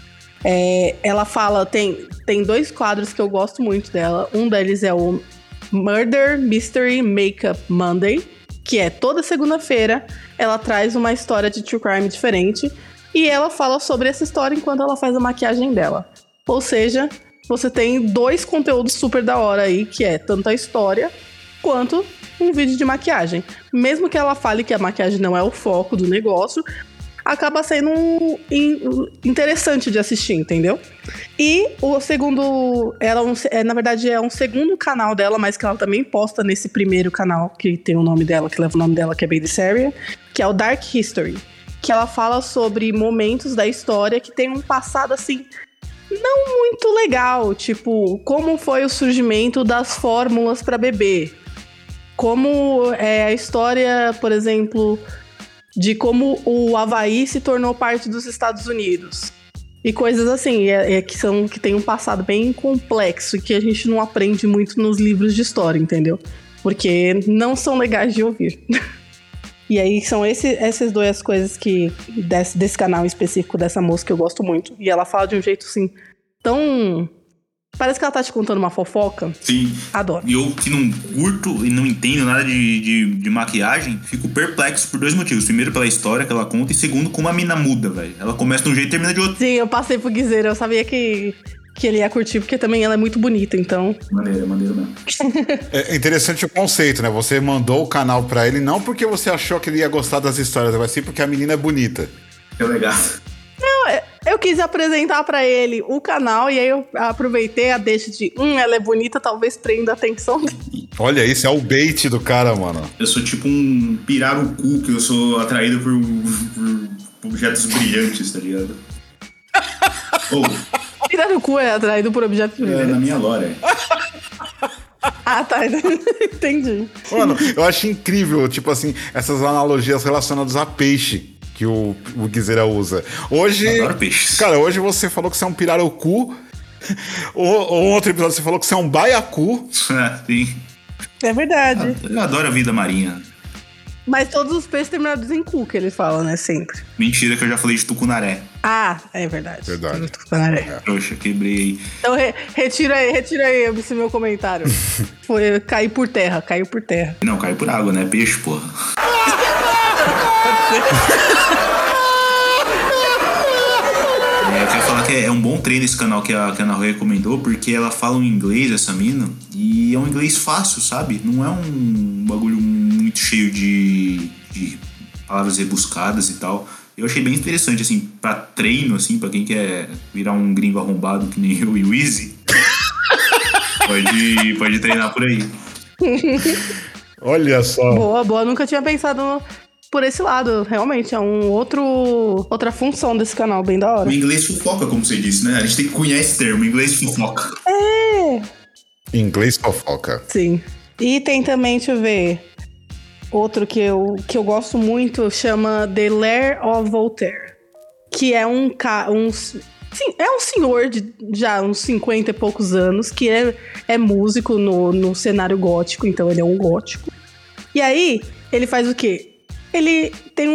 Ela fala, tem 2 quadros que eu gosto muito dela. Um deles é o Murder Mystery Makeup Monday, que é toda segunda-feira ela traz uma história de true crime diferente e ela fala sobre essa história enquanto ela faz a maquiagem dela. Ou seja, você tem 2 conteúdos super da hora aí, que é tanto a história quanto um vídeo de maquiagem. Mesmo que ela fale que a maquiagem não é o foco do negócio, acaba sendo interessante de assistir, entendeu? E o segundo, na verdade é um segundo canal dela, mas que ela também posta nesse primeiro canal que tem o nome dela, que leva o nome dela, que é Bailey Sarian, que é o Dark History, que ela fala sobre momentos da história que tem um passado assim não muito legal, tipo, como foi o surgimento das fórmulas para bebê, como é a história, por exemplo, de como o Havaí se tornou parte dos Estados Unidos. E coisas assim, que tem um passado bem complexo e que a gente não aprende muito nos livros de história, entendeu? Porque não são legais de ouvir. E aí são essas 2 coisas que desse canal específico dessa moça que eu gosto muito. E ela fala de um jeito assim, tão... Parece que ela tá te contando uma fofoca. Sim. Adoro. E eu que não curto e não entendo nada de maquiagem, fico perplexo por 2 motivos. Primeiro, pela história que ela conta, e segundo, como a mina muda, velho. Ela começa de um jeito e termina de outro. Sim, eu passei pro Guizeiro, eu sabia que ele ia curtir, porque também ela é muito bonita, então... Maneiro mesmo. É interessante o conceito, né? Você mandou o canal pra ele não porque você achou que ele ia gostar das histórias, mas sim porque a menina é bonita. É legal. Não, eu quis apresentar pra ele o canal e aí eu aproveitei a deixa de ela é bonita, talvez prenda a atenção dele. Olha, esse é o bait do cara, mano. Eu sou tipo um pirarucu, que eu sou atraído por objetos brilhantes, tá ligado? Pirarucu é atraído por objetos brilhantes. Na minha lore. Ah, tá. Entendi. Mano, eu acho incrível, tipo assim, essas analogias relacionadas a peixe que o Guizeira usa. Hoje, adoro peixes. Cara, hoje você falou que você é um pirarucu. Ou outro episódio você falou que você é um baiacu. Sim. É verdade. Eu adoro a vida marinha. Mas todos os peixes terminados em cu, que eles falam, né? Sempre. Mentira, que eu já falei de tucunaré. Ah, é verdade. Verdade. Tucunaré. Trouxa, quebrei aí. Então retira aí esse meu comentário. Foi cair por terra, caiu por terra. Não, caiu por água, né? Peixe, porra. Eu quero falar que é um bom treino esse canal que a Ana Roy recomendou, porque ela fala um inglês, essa mina, e é um inglês fácil, sabe? Não é um bagulho muito cheio de palavras rebuscadas e tal. Eu achei bem interessante, assim, pra treino, assim, pra quem quer virar um gringo arrombado que nem eu e o Easy. pode treinar por aí. Olha só. Boa. Nunca tinha pensado por esse lado. Realmente, é outra função desse canal, bem da hora. O inglês fofoca, como você disse, né? A gente tem que cunhar esse termo, inglês fofoca. Inglês fofoca. Sim. E tem também, deixa eu ver, outro que eu gosto muito, chama The Lair of Voltaire. Que é sim, é um senhor de já uns 50 e poucos anos, que é músico no cenário gótico, então ele é um gótico. E aí, ele faz o quê? Ele tem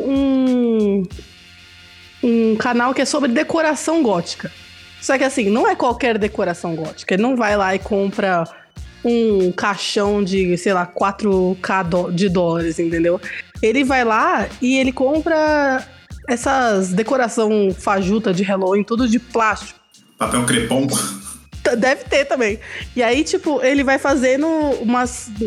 um canal que é sobre decoração gótica. Só que assim, não é qualquer decoração gótica. Ele não vai lá e compra um caixão de, sei lá, 4K de dólares, entendeu? Ele vai lá e ele compra essas decoração fajuta de Halloween, tudo de plástico. Papel crepom. Deve ter também. E aí, tipo, ele vai fazendo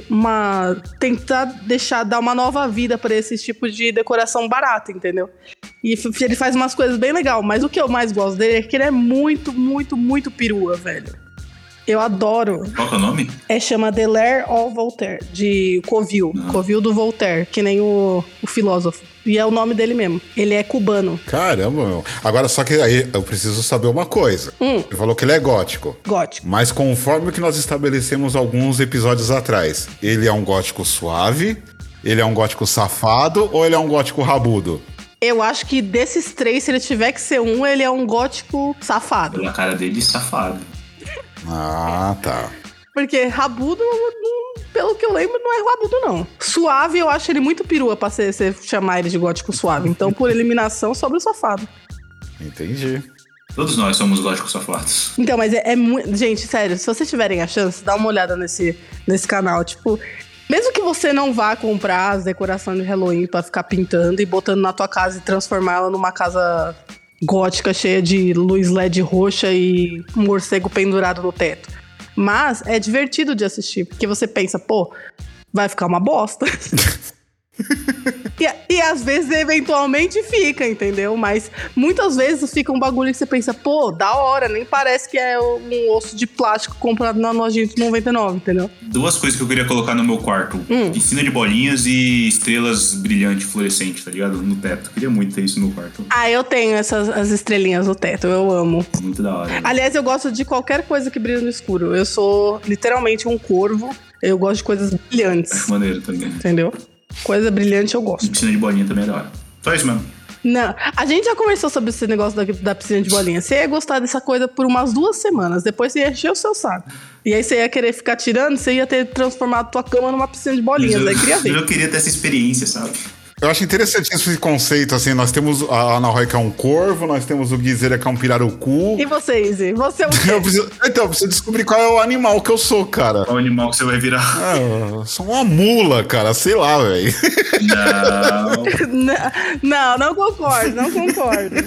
tentar dar uma nova vida pra esse tipo de decoração barata, entendeu? E ele faz umas coisas bem legais. Mas o que eu mais gosto dele é que ele é muito, muito, muito perua, velho. Eu adoro. Qual que é o nome? Chama The Lair of Voltaire, de Covil. Covil do Voltaire, que nem o filósofo. E é o nome dele mesmo. Ele é cubano. Caramba, meu. Agora, só que aí eu preciso saber uma coisa. Ele falou que ele é gótico. Gótico. Mas conforme o que nós estabelecemos alguns episódios atrás, ele é um gótico suave, ele é um gótico safado ou ele é um gótico rabudo? Eu acho que desses três, se ele tiver que ser um, ele é um gótico safado. Pela cara dele, safado. Ah, tá. Porque rabudo, pelo que eu lembro, não é rabudo, não. Suave, eu acho ele muito perua pra você chamar ele de gótico suave. Então, por eliminação, sobra o safado. Entendi. Todos nós somos góticos safados. Então, mas é muito... Gente, sério, se vocês tiverem a chance, dá uma olhada nesse canal. Tipo, mesmo que você não vá comprar as decorações de Halloween pra ficar pintando e botando na tua casa e transformar ela numa casa gótica cheia de luz LED roxa e um morcego pendurado no teto. Mas é divertido de assistir, porque você pensa, pô, vai ficar uma bosta. E às vezes, eventualmente, fica, entendeu? Mas muitas vezes fica um bagulho que você pensa, pô, da hora, nem parece que é um osso de plástico comprado na lojinha de 99, entendeu? Duas coisas que eu queria colocar no meu quarto. Piscina de bolinhas e estrelas brilhantes, fluorescentes, tá ligado? No teto. Eu queria muito ter isso no meu quarto. Ah, eu tenho as estrelinhas no teto, eu amo. Muito da hora. Aliás, eu gosto de qualquer coisa que brilha no escuro. Eu sou literalmente um corvo, eu gosto de coisas brilhantes. Acho maneiro também. Entendeu? Coisa brilhante eu gosto. E piscina de bolinha também é da hora. Só isso mesmo. Não, a gente já conversou sobre esse negócio da piscina de bolinha. Você ia gostar dessa coisa por umas 2 semanas. Depois você ia encher o seu saco. E aí você ia querer ficar tirando, você ia ter transformado a tua cama numa piscina de bolinhas. Aí queria ver. Eu queria ter essa experiência, sabe? Eu acho interessante esse conceito, assim, nós temos a Ana Roy, que é um corvo, nós temos o Guizeira, que é um pirarucu. E você, Izzy? Você é o quê? Eu preciso descobrir qual é o animal que eu sou, cara. Qual animal que você vai virar? Eu sou uma mula, cara, sei lá, velho. Não concordo.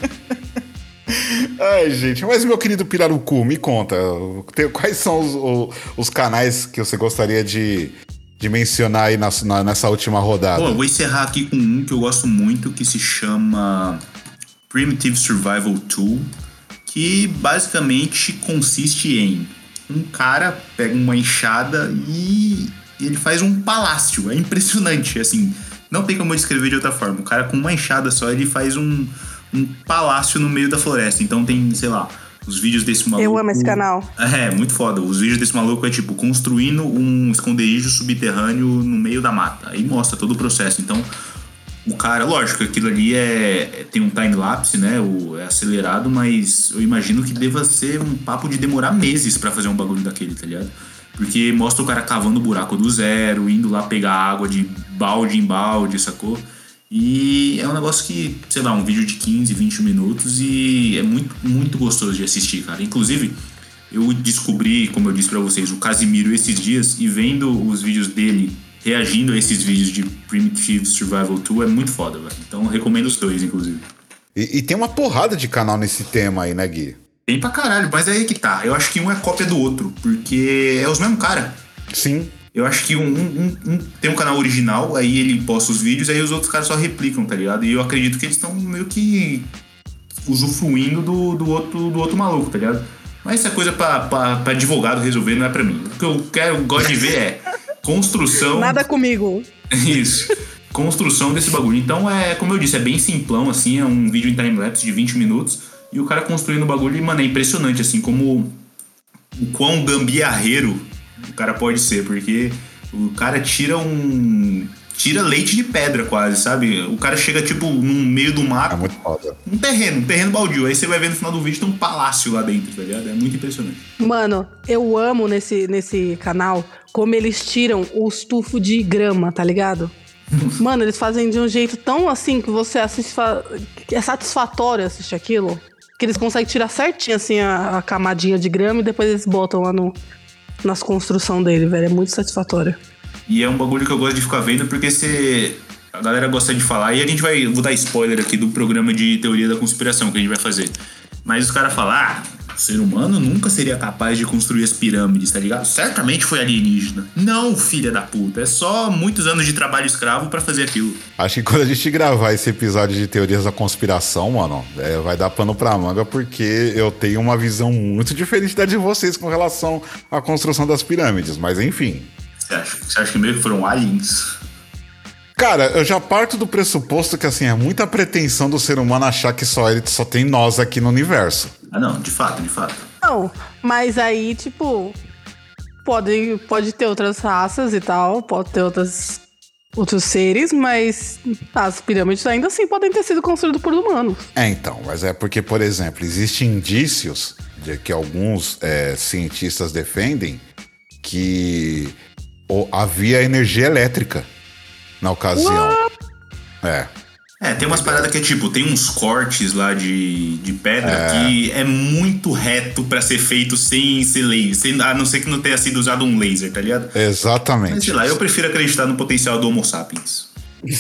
Ai, gente, mas meu querido pirarucu, me conta, quais são os canais que você gostaria de mencionar aí nessa última rodada? Pô, eu vou encerrar aqui com um que eu gosto muito, que se chama Primitive Survival Tool, que basicamente consiste em um cara pega uma enxada e ele faz um palácio. É impressionante, assim, não tem como eu descrever de outra forma. O cara com uma enxada só, ele faz um palácio no meio da floresta. Então tem, sei lá, os vídeos desse maluco... Eu amo esse canal. É, muito foda. Os vídeos desse maluco é tipo, construindo um esconderijo subterrâneo no meio da mata. Aí mostra todo o processo. Então, o cara, lógico, aquilo ali tem um time-lapse, né? É acelerado, mas eu imagino que deva ser um papo de demorar meses pra fazer um bagulho daquele, tá ligado? Porque mostra o cara cavando o buraco do zero, indo lá pegar água de balde em balde, sacou? E é um negócio que, sei lá, um vídeo de 15, 20 minutos e é muito, muito gostoso de assistir, cara. Inclusive, eu descobri, como eu disse pra vocês, o Casimiro esses dias e vendo os vídeos dele reagindo a esses vídeos de Primitive Survival 2 é muito foda, velho. Então eu recomendo os dois, inclusive. E tem uma porrada de canal nesse tema aí, né, Gui? Tem pra caralho, mas é aí que tá. Eu acho que um é cópia do outro, porque é os mesmos cara. Sim. Eu acho que um tem um canal original, aí ele posta os vídeos, aí os outros caras só replicam, tá ligado? E eu acredito que eles estão meio que usufruindo do outro maluco, tá ligado? Mas isso é coisa pra advogado resolver, não é pra mim. O que eu gosto de ver é construção... Nada comigo. Isso. Construção desse bagulho. Então, como eu disse, é bem simplão, assim, é um vídeo em time-lapse de 20 minutos, e o cara construindo o bagulho, e, mano, é impressionante, assim, como o quão gambiarreiro o cara pode ser, porque o cara tira leite de pedra quase, sabe? O cara chega, tipo, no meio do mato. É muito foda. Um terreno baldio. Aí você vai ver no final do vídeo, tem um palácio lá dentro, tá ligado? É muito impressionante. Mano, eu amo nesse canal como eles tiram o estufo de grama, tá ligado? Mano, eles fazem de um jeito tão assim que você assiste, é satisfatório assistir aquilo, que eles conseguem tirar certinho assim a camadinha de grama e depois eles botam lá nas construções dele, velho. É muito satisfatório. E é um bagulho que eu gosto de ficar vendo porque a galera gosta de falar. E a gente vou dar spoiler aqui do programa de teoria da conspiração que a gente vai fazer. Mas os caras falam, O ser humano nunca seria capaz de construir as pirâmides, tá ligado? Certamente foi alienígena. Não, filha da puta. É só muitos anos de trabalho escravo pra fazer aquilo. Acho que quando a gente gravar esse episódio de teorias da conspiração, mano, vai dar pano pra manga, porque eu tenho uma visão muito diferente da de vocês com relação à construção das pirâmides. Mas enfim. Você acha que meio que foram aliens? Cara, eu já parto do pressuposto que, assim, é muita pretensão do ser humano achar que só tem nós aqui no universo. Ah, não, de fato. Não, mas aí, tipo, pode ter outras raças e tal, pode ter outros seres, mas as pirâmides ainda assim podem ter sido construídas por humanos. Então, mas é porque, por exemplo, existem indícios de que alguns cientistas defendem que havia energia elétrica na ocasião. Tem umas paradas que é tipo, tem uns cortes lá de pedra que é muito reto pra ser feito sem ser laser, a não ser que não tenha sido usado um laser, tá ligado? Exatamente. Mas sei lá, eu prefiro acreditar no potencial do Homo sapiens.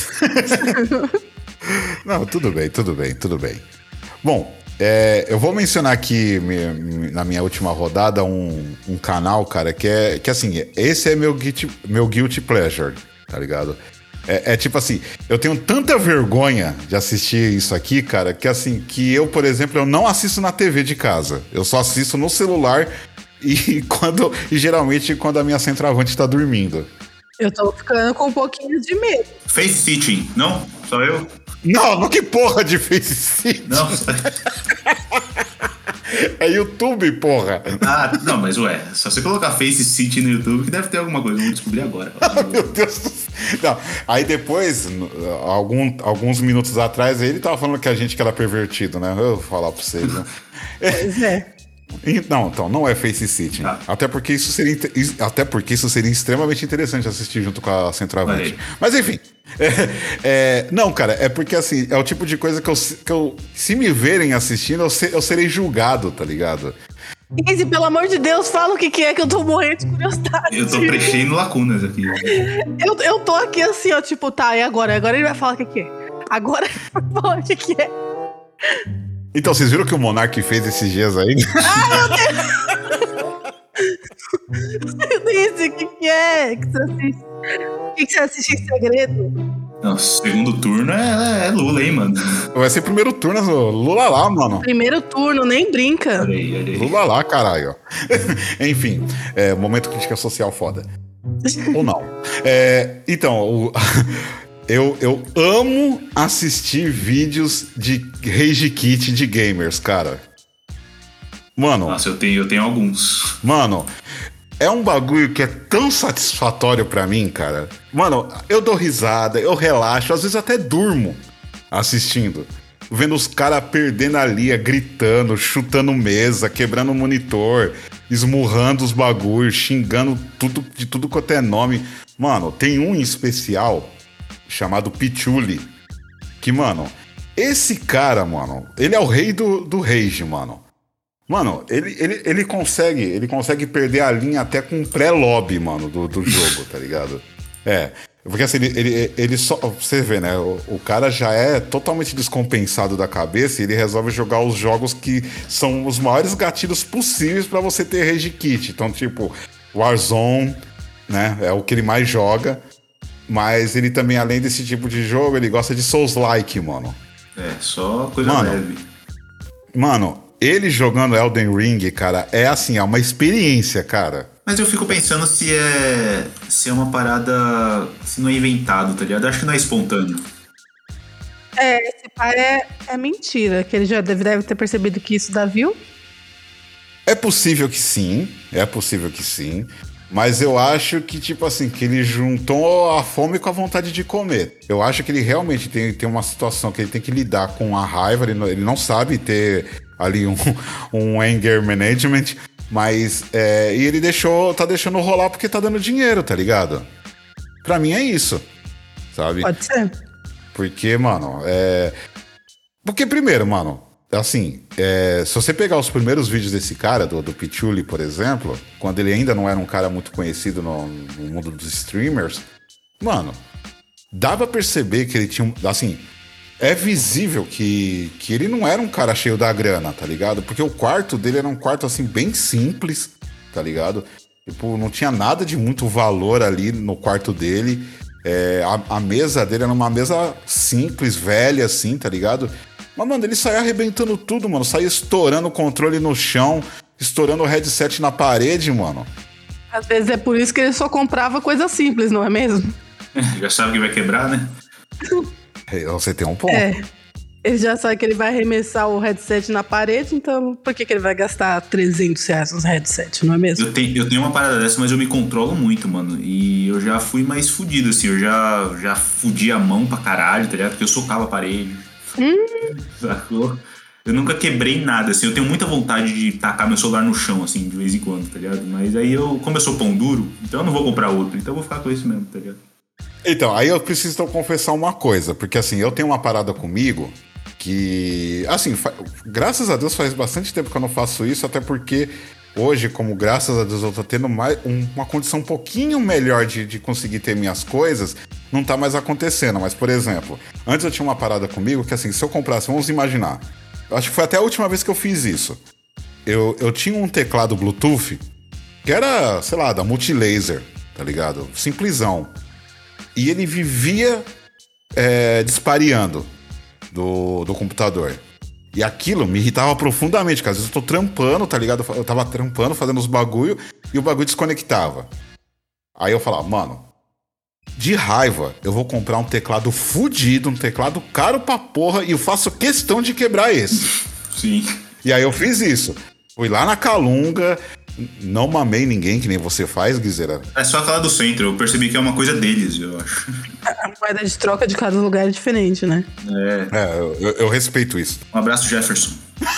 Não, tudo bem. Bom, eu vou mencionar aqui na minha última rodada um canal, cara, que assim, esse é meu guilty pleasure, tá ligado? Tipo assim, eu tenho tanta vergonha de assistir isso aqui, cara, que assim, que eu, por exemplo, eu não assisto na TV de casa. Eu só assisto no celular e geralmente quando a minha centroavante tá dormindo. Eu tô ficando com um pouquinho de medo. Face sitting, não? Só eu? Não, que porra de face sitting? Não. É YouTube, porra. Ah, não, mas só você colocar Face City no YouTube que deve ter alguma coisa, vamos descobrir agora. Meu Deus do céu. Não, aí depois, alguns minutos atrás, ele tava falando que a gente que era pervertido, né? Eu vou falar pra vocês, né? Pois é. Não é Face City. Até porque isso seria extremamente interessante assistir junto com a centroavante. Mas enfim. Não, cara, é porque assim, é o tipo de coisa que eu se me verem assistindo, eu serei julgado, tá ligado? Izzy, pelo amor de Deus, fala o que é que eu tô morrendo de curiosidade. Eu tô preenchendo lacunas aqui. Eu tô aqui assim, ó, tipo, tá, e agora? Agora ele vai falar o que é. Agora ele vai falar o que é. Então, vocês viram que o Monark fez esses dias aí? Ah, meu Deus! Izzy, o que é que você assiste? O que você assiste em segredo? Não, segundo turno é Lula, hein, mano? Vai ser primeiro turno, Lula lá, mano. Primeiro turno, nem brinca. Olha aí. Lula lá, caralho. Enfim, momento crítica social foda. Ou não. Então, eu amo assistir vídeos de Rage Kit de gamers, cara. Mano... Nossa, eu tenho alguns. Mano... É um bagulho que é tão satisfatório pra mim, cara. Mano, eu dou risada, eu relaxo, às vezes até durmo assistindo. Vendo os caras perdendo a linha, gritando, chutando mesa, quebrando o monitor, esmurrando os bagulhos, xingando de tudo quanto é nome. Mano, tem um em especial chamado Pichuli. Que, mano, esse cara, mano, ele é o rei do rage, mano. Mano, ele consegue perder a linha até com um pré-lobby, mano, do jogo, tá ligado? Porque assim, ele só... Você vê, né? O cara já é totalmente descompensado da cabeça e ele resolve jogar os jogos que são os maiores gatilhos possíveis pra você ter Rage Kit. Então, tipo, Warzone, né? É o que ele mais joga. Mas ele também, além desse tipo de jogo, ele gosta de Souls-like, mano. Só coisa leve. Mano... Ele jogando Elden Ring, cara, é assim, é uma experiência, cara. Mas eu fico pensando se é uma parada... Se não é inventado, tá ligado? Acho que não é espontâneo. Esse pai é mentira, que ele já deve ter percebido que isso dá view. É possível que sim. Mas eu acho que, tipo assim, que ele juntou a fome com a vontade de comer. Eu acho que ele realmente tem uma situação que ele tem que lidar com a raiva, ele não sabe ter ali um anger management, mas e ele tá deixando rolar porque tá dando dinheiro, tá ligado? Pra mim é isso, sabe? Pode ser. Porque, mano, Porque primeiro, mano, assim, se você pegar os primeiros vídeos desse cara, do Pichuli, por exemplo, quando ele ainda não era um cara muito conhecido no mundo dos streamers, mano, dá pra perceber que ele tinha, assim, é visível que ele não era um cara cheio da grana, tá ligado? Porque o quarto dele era um quarto, assim, bem simples, tá ligado? Tipo, não tinha nada de muito valor ali no quarto dele. A mesa dele era uma mesa simples, velha, assim, tá ligado? Mas, mano, ele saía arrebentando tudo, mano. Saía estourando o controle no chão, estourando o headset na parede, mano. Às vezes é por isso que ele só comprava coisa simples, não é mesmo? Já sabe que vai quebrar, né? Você tem um ponto. Ele já sabe que ele vai arremessar o headset na parede, então por que ele vai gastar R$300 no headset, não é mesmo? Eu tenho uma parada dessa, mas eu me controlo muito, mano. E eu já fui mais fudido, assim. Eu já fudi a mão pra caralho, tá ligado? Porque eu socava a parede. Sacou? Eu nunca quebrei nada, assim. Eu tenho muita vontade de tacar meu celular no chão, assim, de vez em quando, tá ligado? Mas aí como eu sou pão duro, então eu não vou comprar outro. Então eu vou ficar com esse mesmo, tá ligado? Então, aí eu preciso confessar uma coisa, porque assim, eu tenho uma parada comigo que, assim, graças a Deus faz bastante tempo que eu não faço isso, até porque hoje, como graças a Deus eu tô tendo uma condição um pouquinho melhor de conseguir ter minhas coisas, não tá mais acontecendo. Mas, por exemplo, antes eu tinha uma parada comigo que, assim, se eu comprasse, vamos imaginar, acho que foi até a última vez que eu fiz isso. Eu tinha um teclado Bluetooth que era, sei lá, da Multilaser, tá ligado? Simplesão. E ele vivia dispareando do computador. E aquilo me irritava profundamente, porque às vezes eu tô trampando, tá ligado? Eu tava trampando, fazendo os bagulho, e o bagulho desconectava. Aí eu falava, mano, de raiva, eu vou comprar um teclado fudido, um teclado caro pra porra, e eu faço questão de quebrar esse. Sim. E aí eu fiz isso. Fui lá na Calunga, não mamei ninguém, que nem você faz, Guizeira. É só aquela do centro, eu percebi que é uma coisa deles, eu acho. A moeda de troca de cada lugar é diferente, né? Eu respeito isso. Um abraço, Jefferson.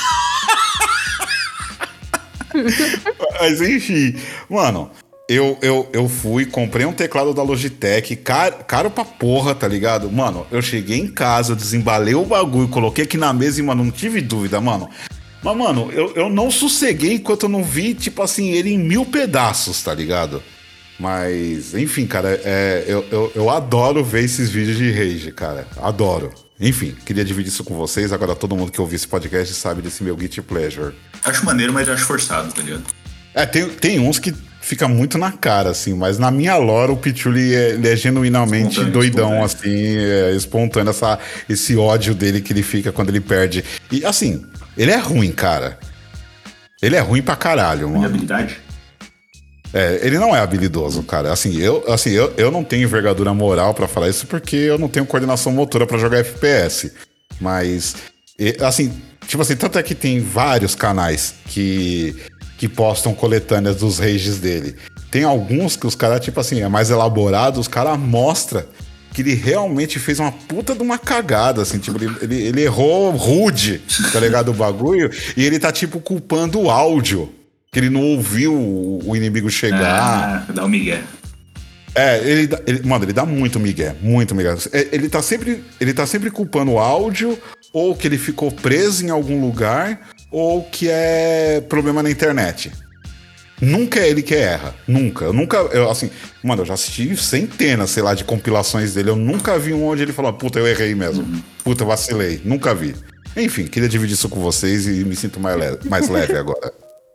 Mas enfim, mano, eu fui, comprei um teclado da Logitech, caro pra porra, tá ligado? Mano, eu cheguei em casa, desembalei o bagulho, coloquei aqui na mesa e, mano, não tive dúvida, mano. Mas, mano, eu não sosseguei enquanto eu não vi, tipo assim, ele em 1000 pedaços, tá ligado? Mas, enfim, cara, eu adoro ver esses vídeos de rage, cara. Adoro. Enfim, queria dividir isso com vocês. Agora todo mundo que ouvir esse podcast sabe desse meu guilty pleasure. Acho maneiro, mas acho forçado, tá ligado? Tem uns que fica muito na cara, assim, mas na minha lore o Pichuli ele é genuinamente doidão, assim, espontâneo, esse ódio dele que ele fica quando ele perde. E, assim, ele é ruim, cara. Ele é ruim pra caralho, mano. Habilidade? Ele não é habilidoso, cara. Eu não tenho envergadura moral pra falar isso porque eu não tenho coordenação motora pra jogar FPS. Mas, assim, tipo assim, tanto é que tem vários canais que postam coletâneas dos rages dele. Tem alguns que os caras, tipo assim, é mais elaborado, os caras mostram que ele realmente fez uma puta de uma cagada, assim, tipo, ele errou rude, tá ligado, o bagulho, e ele tá, tipo, culpando o áudio, que ele não ouviu o inimigo chegar. Dá um migué. Mano, ele dá muito migué, muito migué. Ele tá sempre culpando o áudio, ou que ele ficou preso em algum lugar, ou que é problema na internet. Nunca é ele que erra. Nunca. Eu já assisti centenas, sei lá, de compilações dele. Eu nunca vi um onde ele falou, puta, eu errei mesmo. Puta, eu vacilei. Nunca vi. Enfim, queria dividir isso com vocês e me sinto mais leve agora.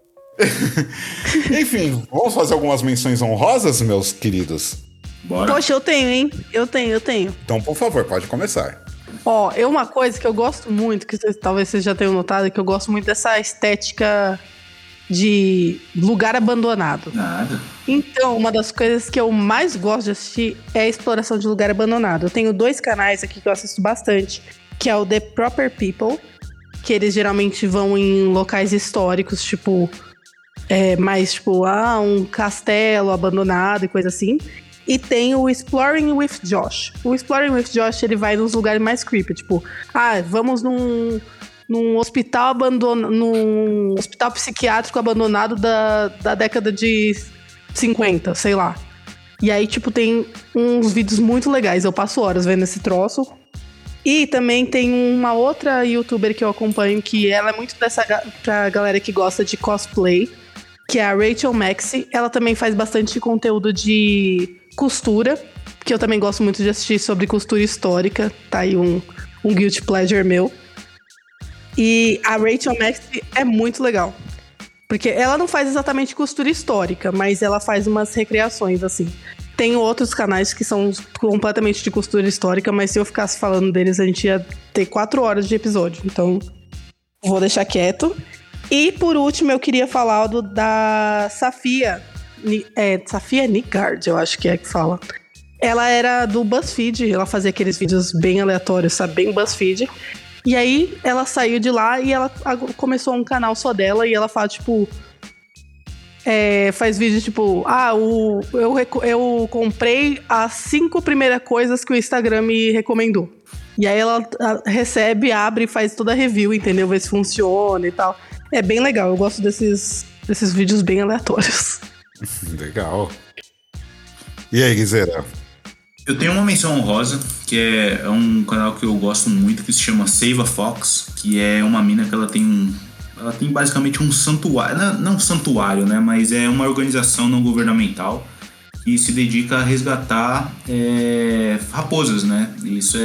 Enfim, vamos fazer algumas menções honrosas, meus queridos? Bora. Poxa, eu tenho, hein? Eu tenho. Então, por favor, pode começar. Uma coisa que eu gosto muito, que talvez vocês já tenham notado, é que eu gosto muito dessa estética de lugar abandonado. Nada. Então, uma das coisas que eu mais gosto de assistir é a exploração de lugar abandonado. Eu tenho 2 canais aqui que eu assisto bastante, que é o The Proper People, que eles geralmente vão em locais históricos, tipo, um castelo abandonado e coisa assim. E tem o Exploring with Josh. O Exploring with Josh, ele vai nos lugares mais creepy, tipo, vamos num hospital num hospital psiquiátrico abandonado da década de 50, sei lá. E aí, tipo, tem uns vídeos muito legais. Eu passo horas vendo esse troço. E também tem uma outra youtuber que eu acompanho, que ela é muito pra galera que gosta de cosplay, que é a Rachel Maxey. Ela também faz bastante conteúdo de costura, que eu também gosto muito de assistir sobre costura histórica. Tá aí um um guilty pleasure meu. E a Rachel Max é muito legal. Porque ela não faz exatamente costura histórica, mas ela faz umas recriações, assim. Tem outros canais que são completamente de costura histórica, mas se eu ficasse falando deles, a gente ia ter 4 horas de episódio. Então, vou deixar quieto. E, por último, eu queria falar da Safia. Safia Nygaard, eu acho que é que fala. Ela era do BuzzFeed, ela fazia aqueles vídeos bem aleatórios, sabe? Bem BuzzFeed. E aí, ela saiu de lá e ela começou um canal só dela e ela fala, tipo... faz vídeo, tipo... eu comprei as 5 primeiras coisas que o Instagram me recomendou. E aí ela recebe, abre e faz toda a review, entendeu? Vê se funciona e tal. É bem legal, eu gosto desses vídeos bem aleatórios. Legal. E aí, Guizera? Eu tenho uma menção honrosa, que é um canal que eu gosto muito, que se chama Save a Fox, que é uma mina que ela tem basicamente um santuário, não santuário, né, mas é uma organização não governamental que se dedica a resgatar raposas, né, isso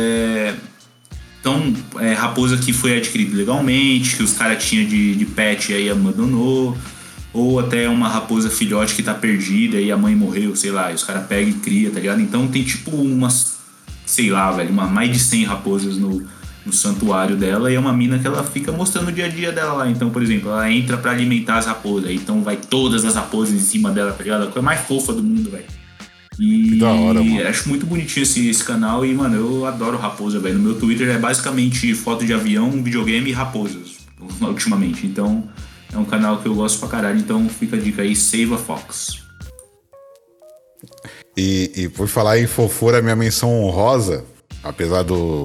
raposa que foi adquirida legalmente, que os caras tinham de pet e aí abandonou, ou até uma raposa filhote que tá perdida e a mãe morreu, sei lá, e os caras pegam e criam, tá ligado? Então tem tipo mais de 100 raposas no santuário dela, e é uma mina que ela fica mostrando o dia a dia dela lá. Então, por exemplo, ela entra pra alimentar as raposas, então vai todas as raposas em cima dela, tá ligado? A coisa mais fofa do mundo, velho. E da hora, mano. Acho muito bonitinho esse canal e, mano, eu adoro raposa, velho. No meu Twitter é basicamente foto de avião, videogame e raposas, ultimamente. Então, é um canal que eu gosto pra caralho, então fica a dica aí, Save a Fox. E por falar em fofura, minha menção honrosa, apesar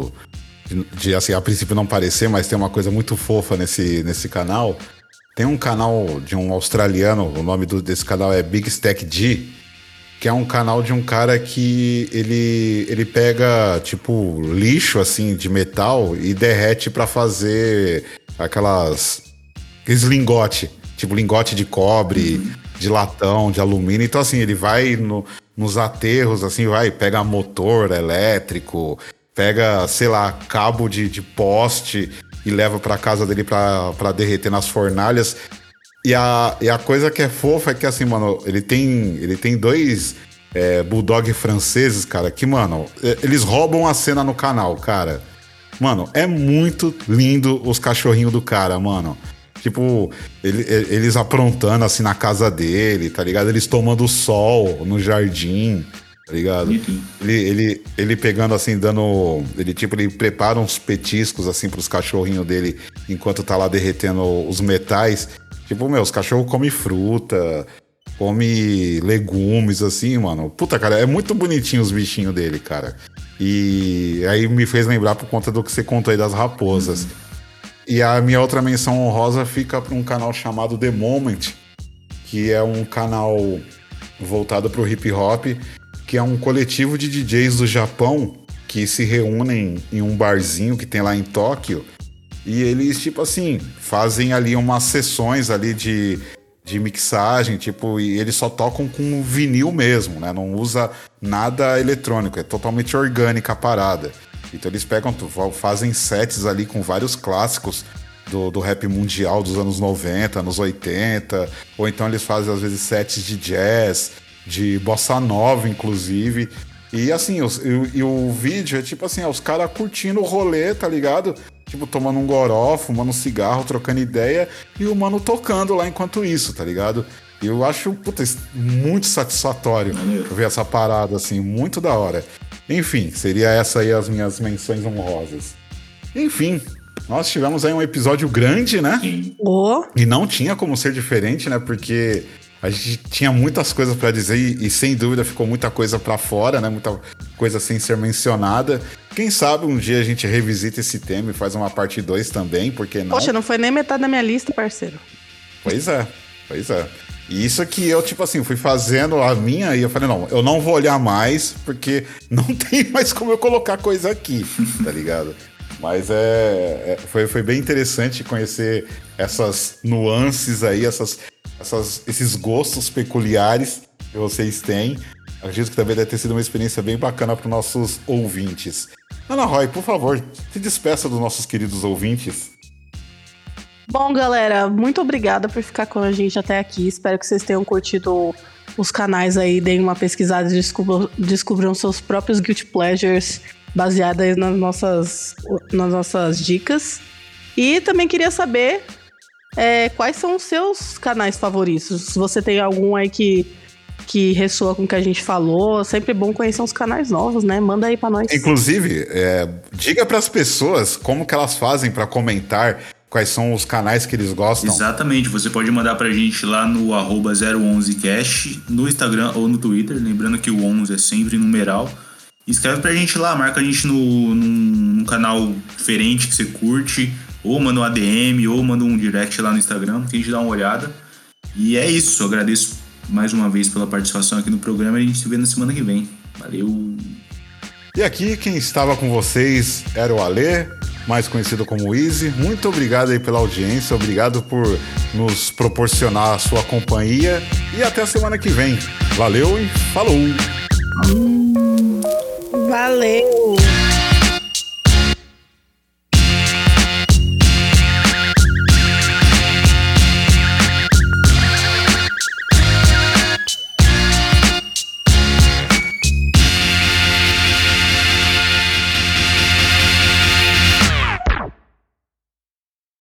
de assim, a princípio não parecer, mas tem uma coisa muito fofa nesse canal. Tem um canal de um australiano, o nome desse canal é Big Stack G, que é um canal de um cara que ele pega, tipo, lixo, assim, de metal e derrete pra fazer aqueles lingote, tipo lingote de cobre, de latão, de alumínio. Então, assim, ele vai nos aterros, assim, pega motor elétrico, pega, sei lá, cabo de poste e leva pra casa dele pra derreter nas fornalhas. E a coisa que é fofa é que, assim, mano, ele tem 2 bulldog franceses, cara, que, mano, eles roubam a cena no canal, cara. Mano, é muito lindo os cachorrinhos do cara, mano. Tipo, eles aprontando, assim, na casa dele, tá ligado? Eles tomando sol no jardim, tá ligado? Ele pegando, assim, ele prepara uns petiscos, assim, pros cachorrinhos dele enquanto tá lá derretendo os metais. Tipo, os cachorros comem fruta, comem legumes, assim, mano. Puta, cara, é muito bonitinho os bichinhos dele, cara. E aí me fez lembrar por conta do que você contou aí das raposas. E a minha outra menção honrosa fica para um canal chamado The Moment, que é um canal voltado para o hip hop, que é um coletivo de DJs do Japão que se reúnem em um barzinho que tem lá em Tóquio. E eles, tipo assim, fazem ali umas sessões ali de mixagem, tipo, e eles só tocam com vinil mesmo, né? Não usa nada eletrônico, é totalmente orgânica a parada. Então eles fazem sets ali com vários clássicos do rap mundial dos anos 90, anos 80, ou então eles fazem às vezes sets de jazz, de bossa nova, inclusive. E assim, o vídeo é tipo assim, os caras curtindo o rolê, tá ligado? Tipo, tomando um goró, fumando um cigarro, trocando ideia, e o mano tocando lá enquanto isso, tá ligado? E eu acho, muito satisfatório ver essa parada, assim, muito da hora. Enfim, seria essa aí as minhas menções honrosas. Enfim, nós tivemos aí um episódio grande, né? Sim. E não tinha como ser diferente, né? Porque a gente tinha muitas coisas pra dizer e sem dúvida ficou muita coisa pra fora, né? Muita coisa sem ser mencionada. Quem sabe um dia a gente revisita esse tema e faz uma parte 2 também, porque não? Poxa, não foi nem metade da minha lista, parceiro. Pois é. E isso que eu, tipo assim, fui fazendo a minha e eu falei, não, eu não vou olhar mais, porque não tem mais como eu colocar coisa aqui, tá ligado? Mas foi bem interessante conhecer essas nuances aí, esses gostos peculiares que vocês têm. Acredito que também deve ter sido uma experiência bem bacana para os nossos ouvintes. Ana Roy, por favor, se despeça dos nossos queridos ouvintes. Bom, galera, muito obrigada por ficar com a gente até aqui. Espero que vocês tenham curtido os canais aí, deem uma pesquisada e descubram seus próprios guilty pleasures baseadas nas nossas dicas. E também queria saber quais são os seus canais favoritos. Se você tem algum aí que ressoa com o que a gente falou, sempre bom conhecer uns canais novos, né? Manda aí pra nós. Inclusive, diga pras pessoas como que elas fazem pra comentar quais são os canais que eles gostam. Exatamente, você pode mandar pra gente lá no @011cast, no Instagram ou no Twitter, lembrando que o 11 é sempre numeral. Escreve pra gente lá, marca a gente num canal diferente que você curte, ou manda um ADM, ou manda um direct lá no Instagram, que a gente dá uma olhada. E é isso, eu agradeço mais uma vez pela participação aqui no programa e a gente se vê na semana que vem. Valeu! E aqui quem estava com vocês era o Alê, mais conhecido como Easy. Muito obrigado aí pela audiência, obrigado por nos proporcionar a sua companhia e até a semana que vem. Valeu e falou! Valeu!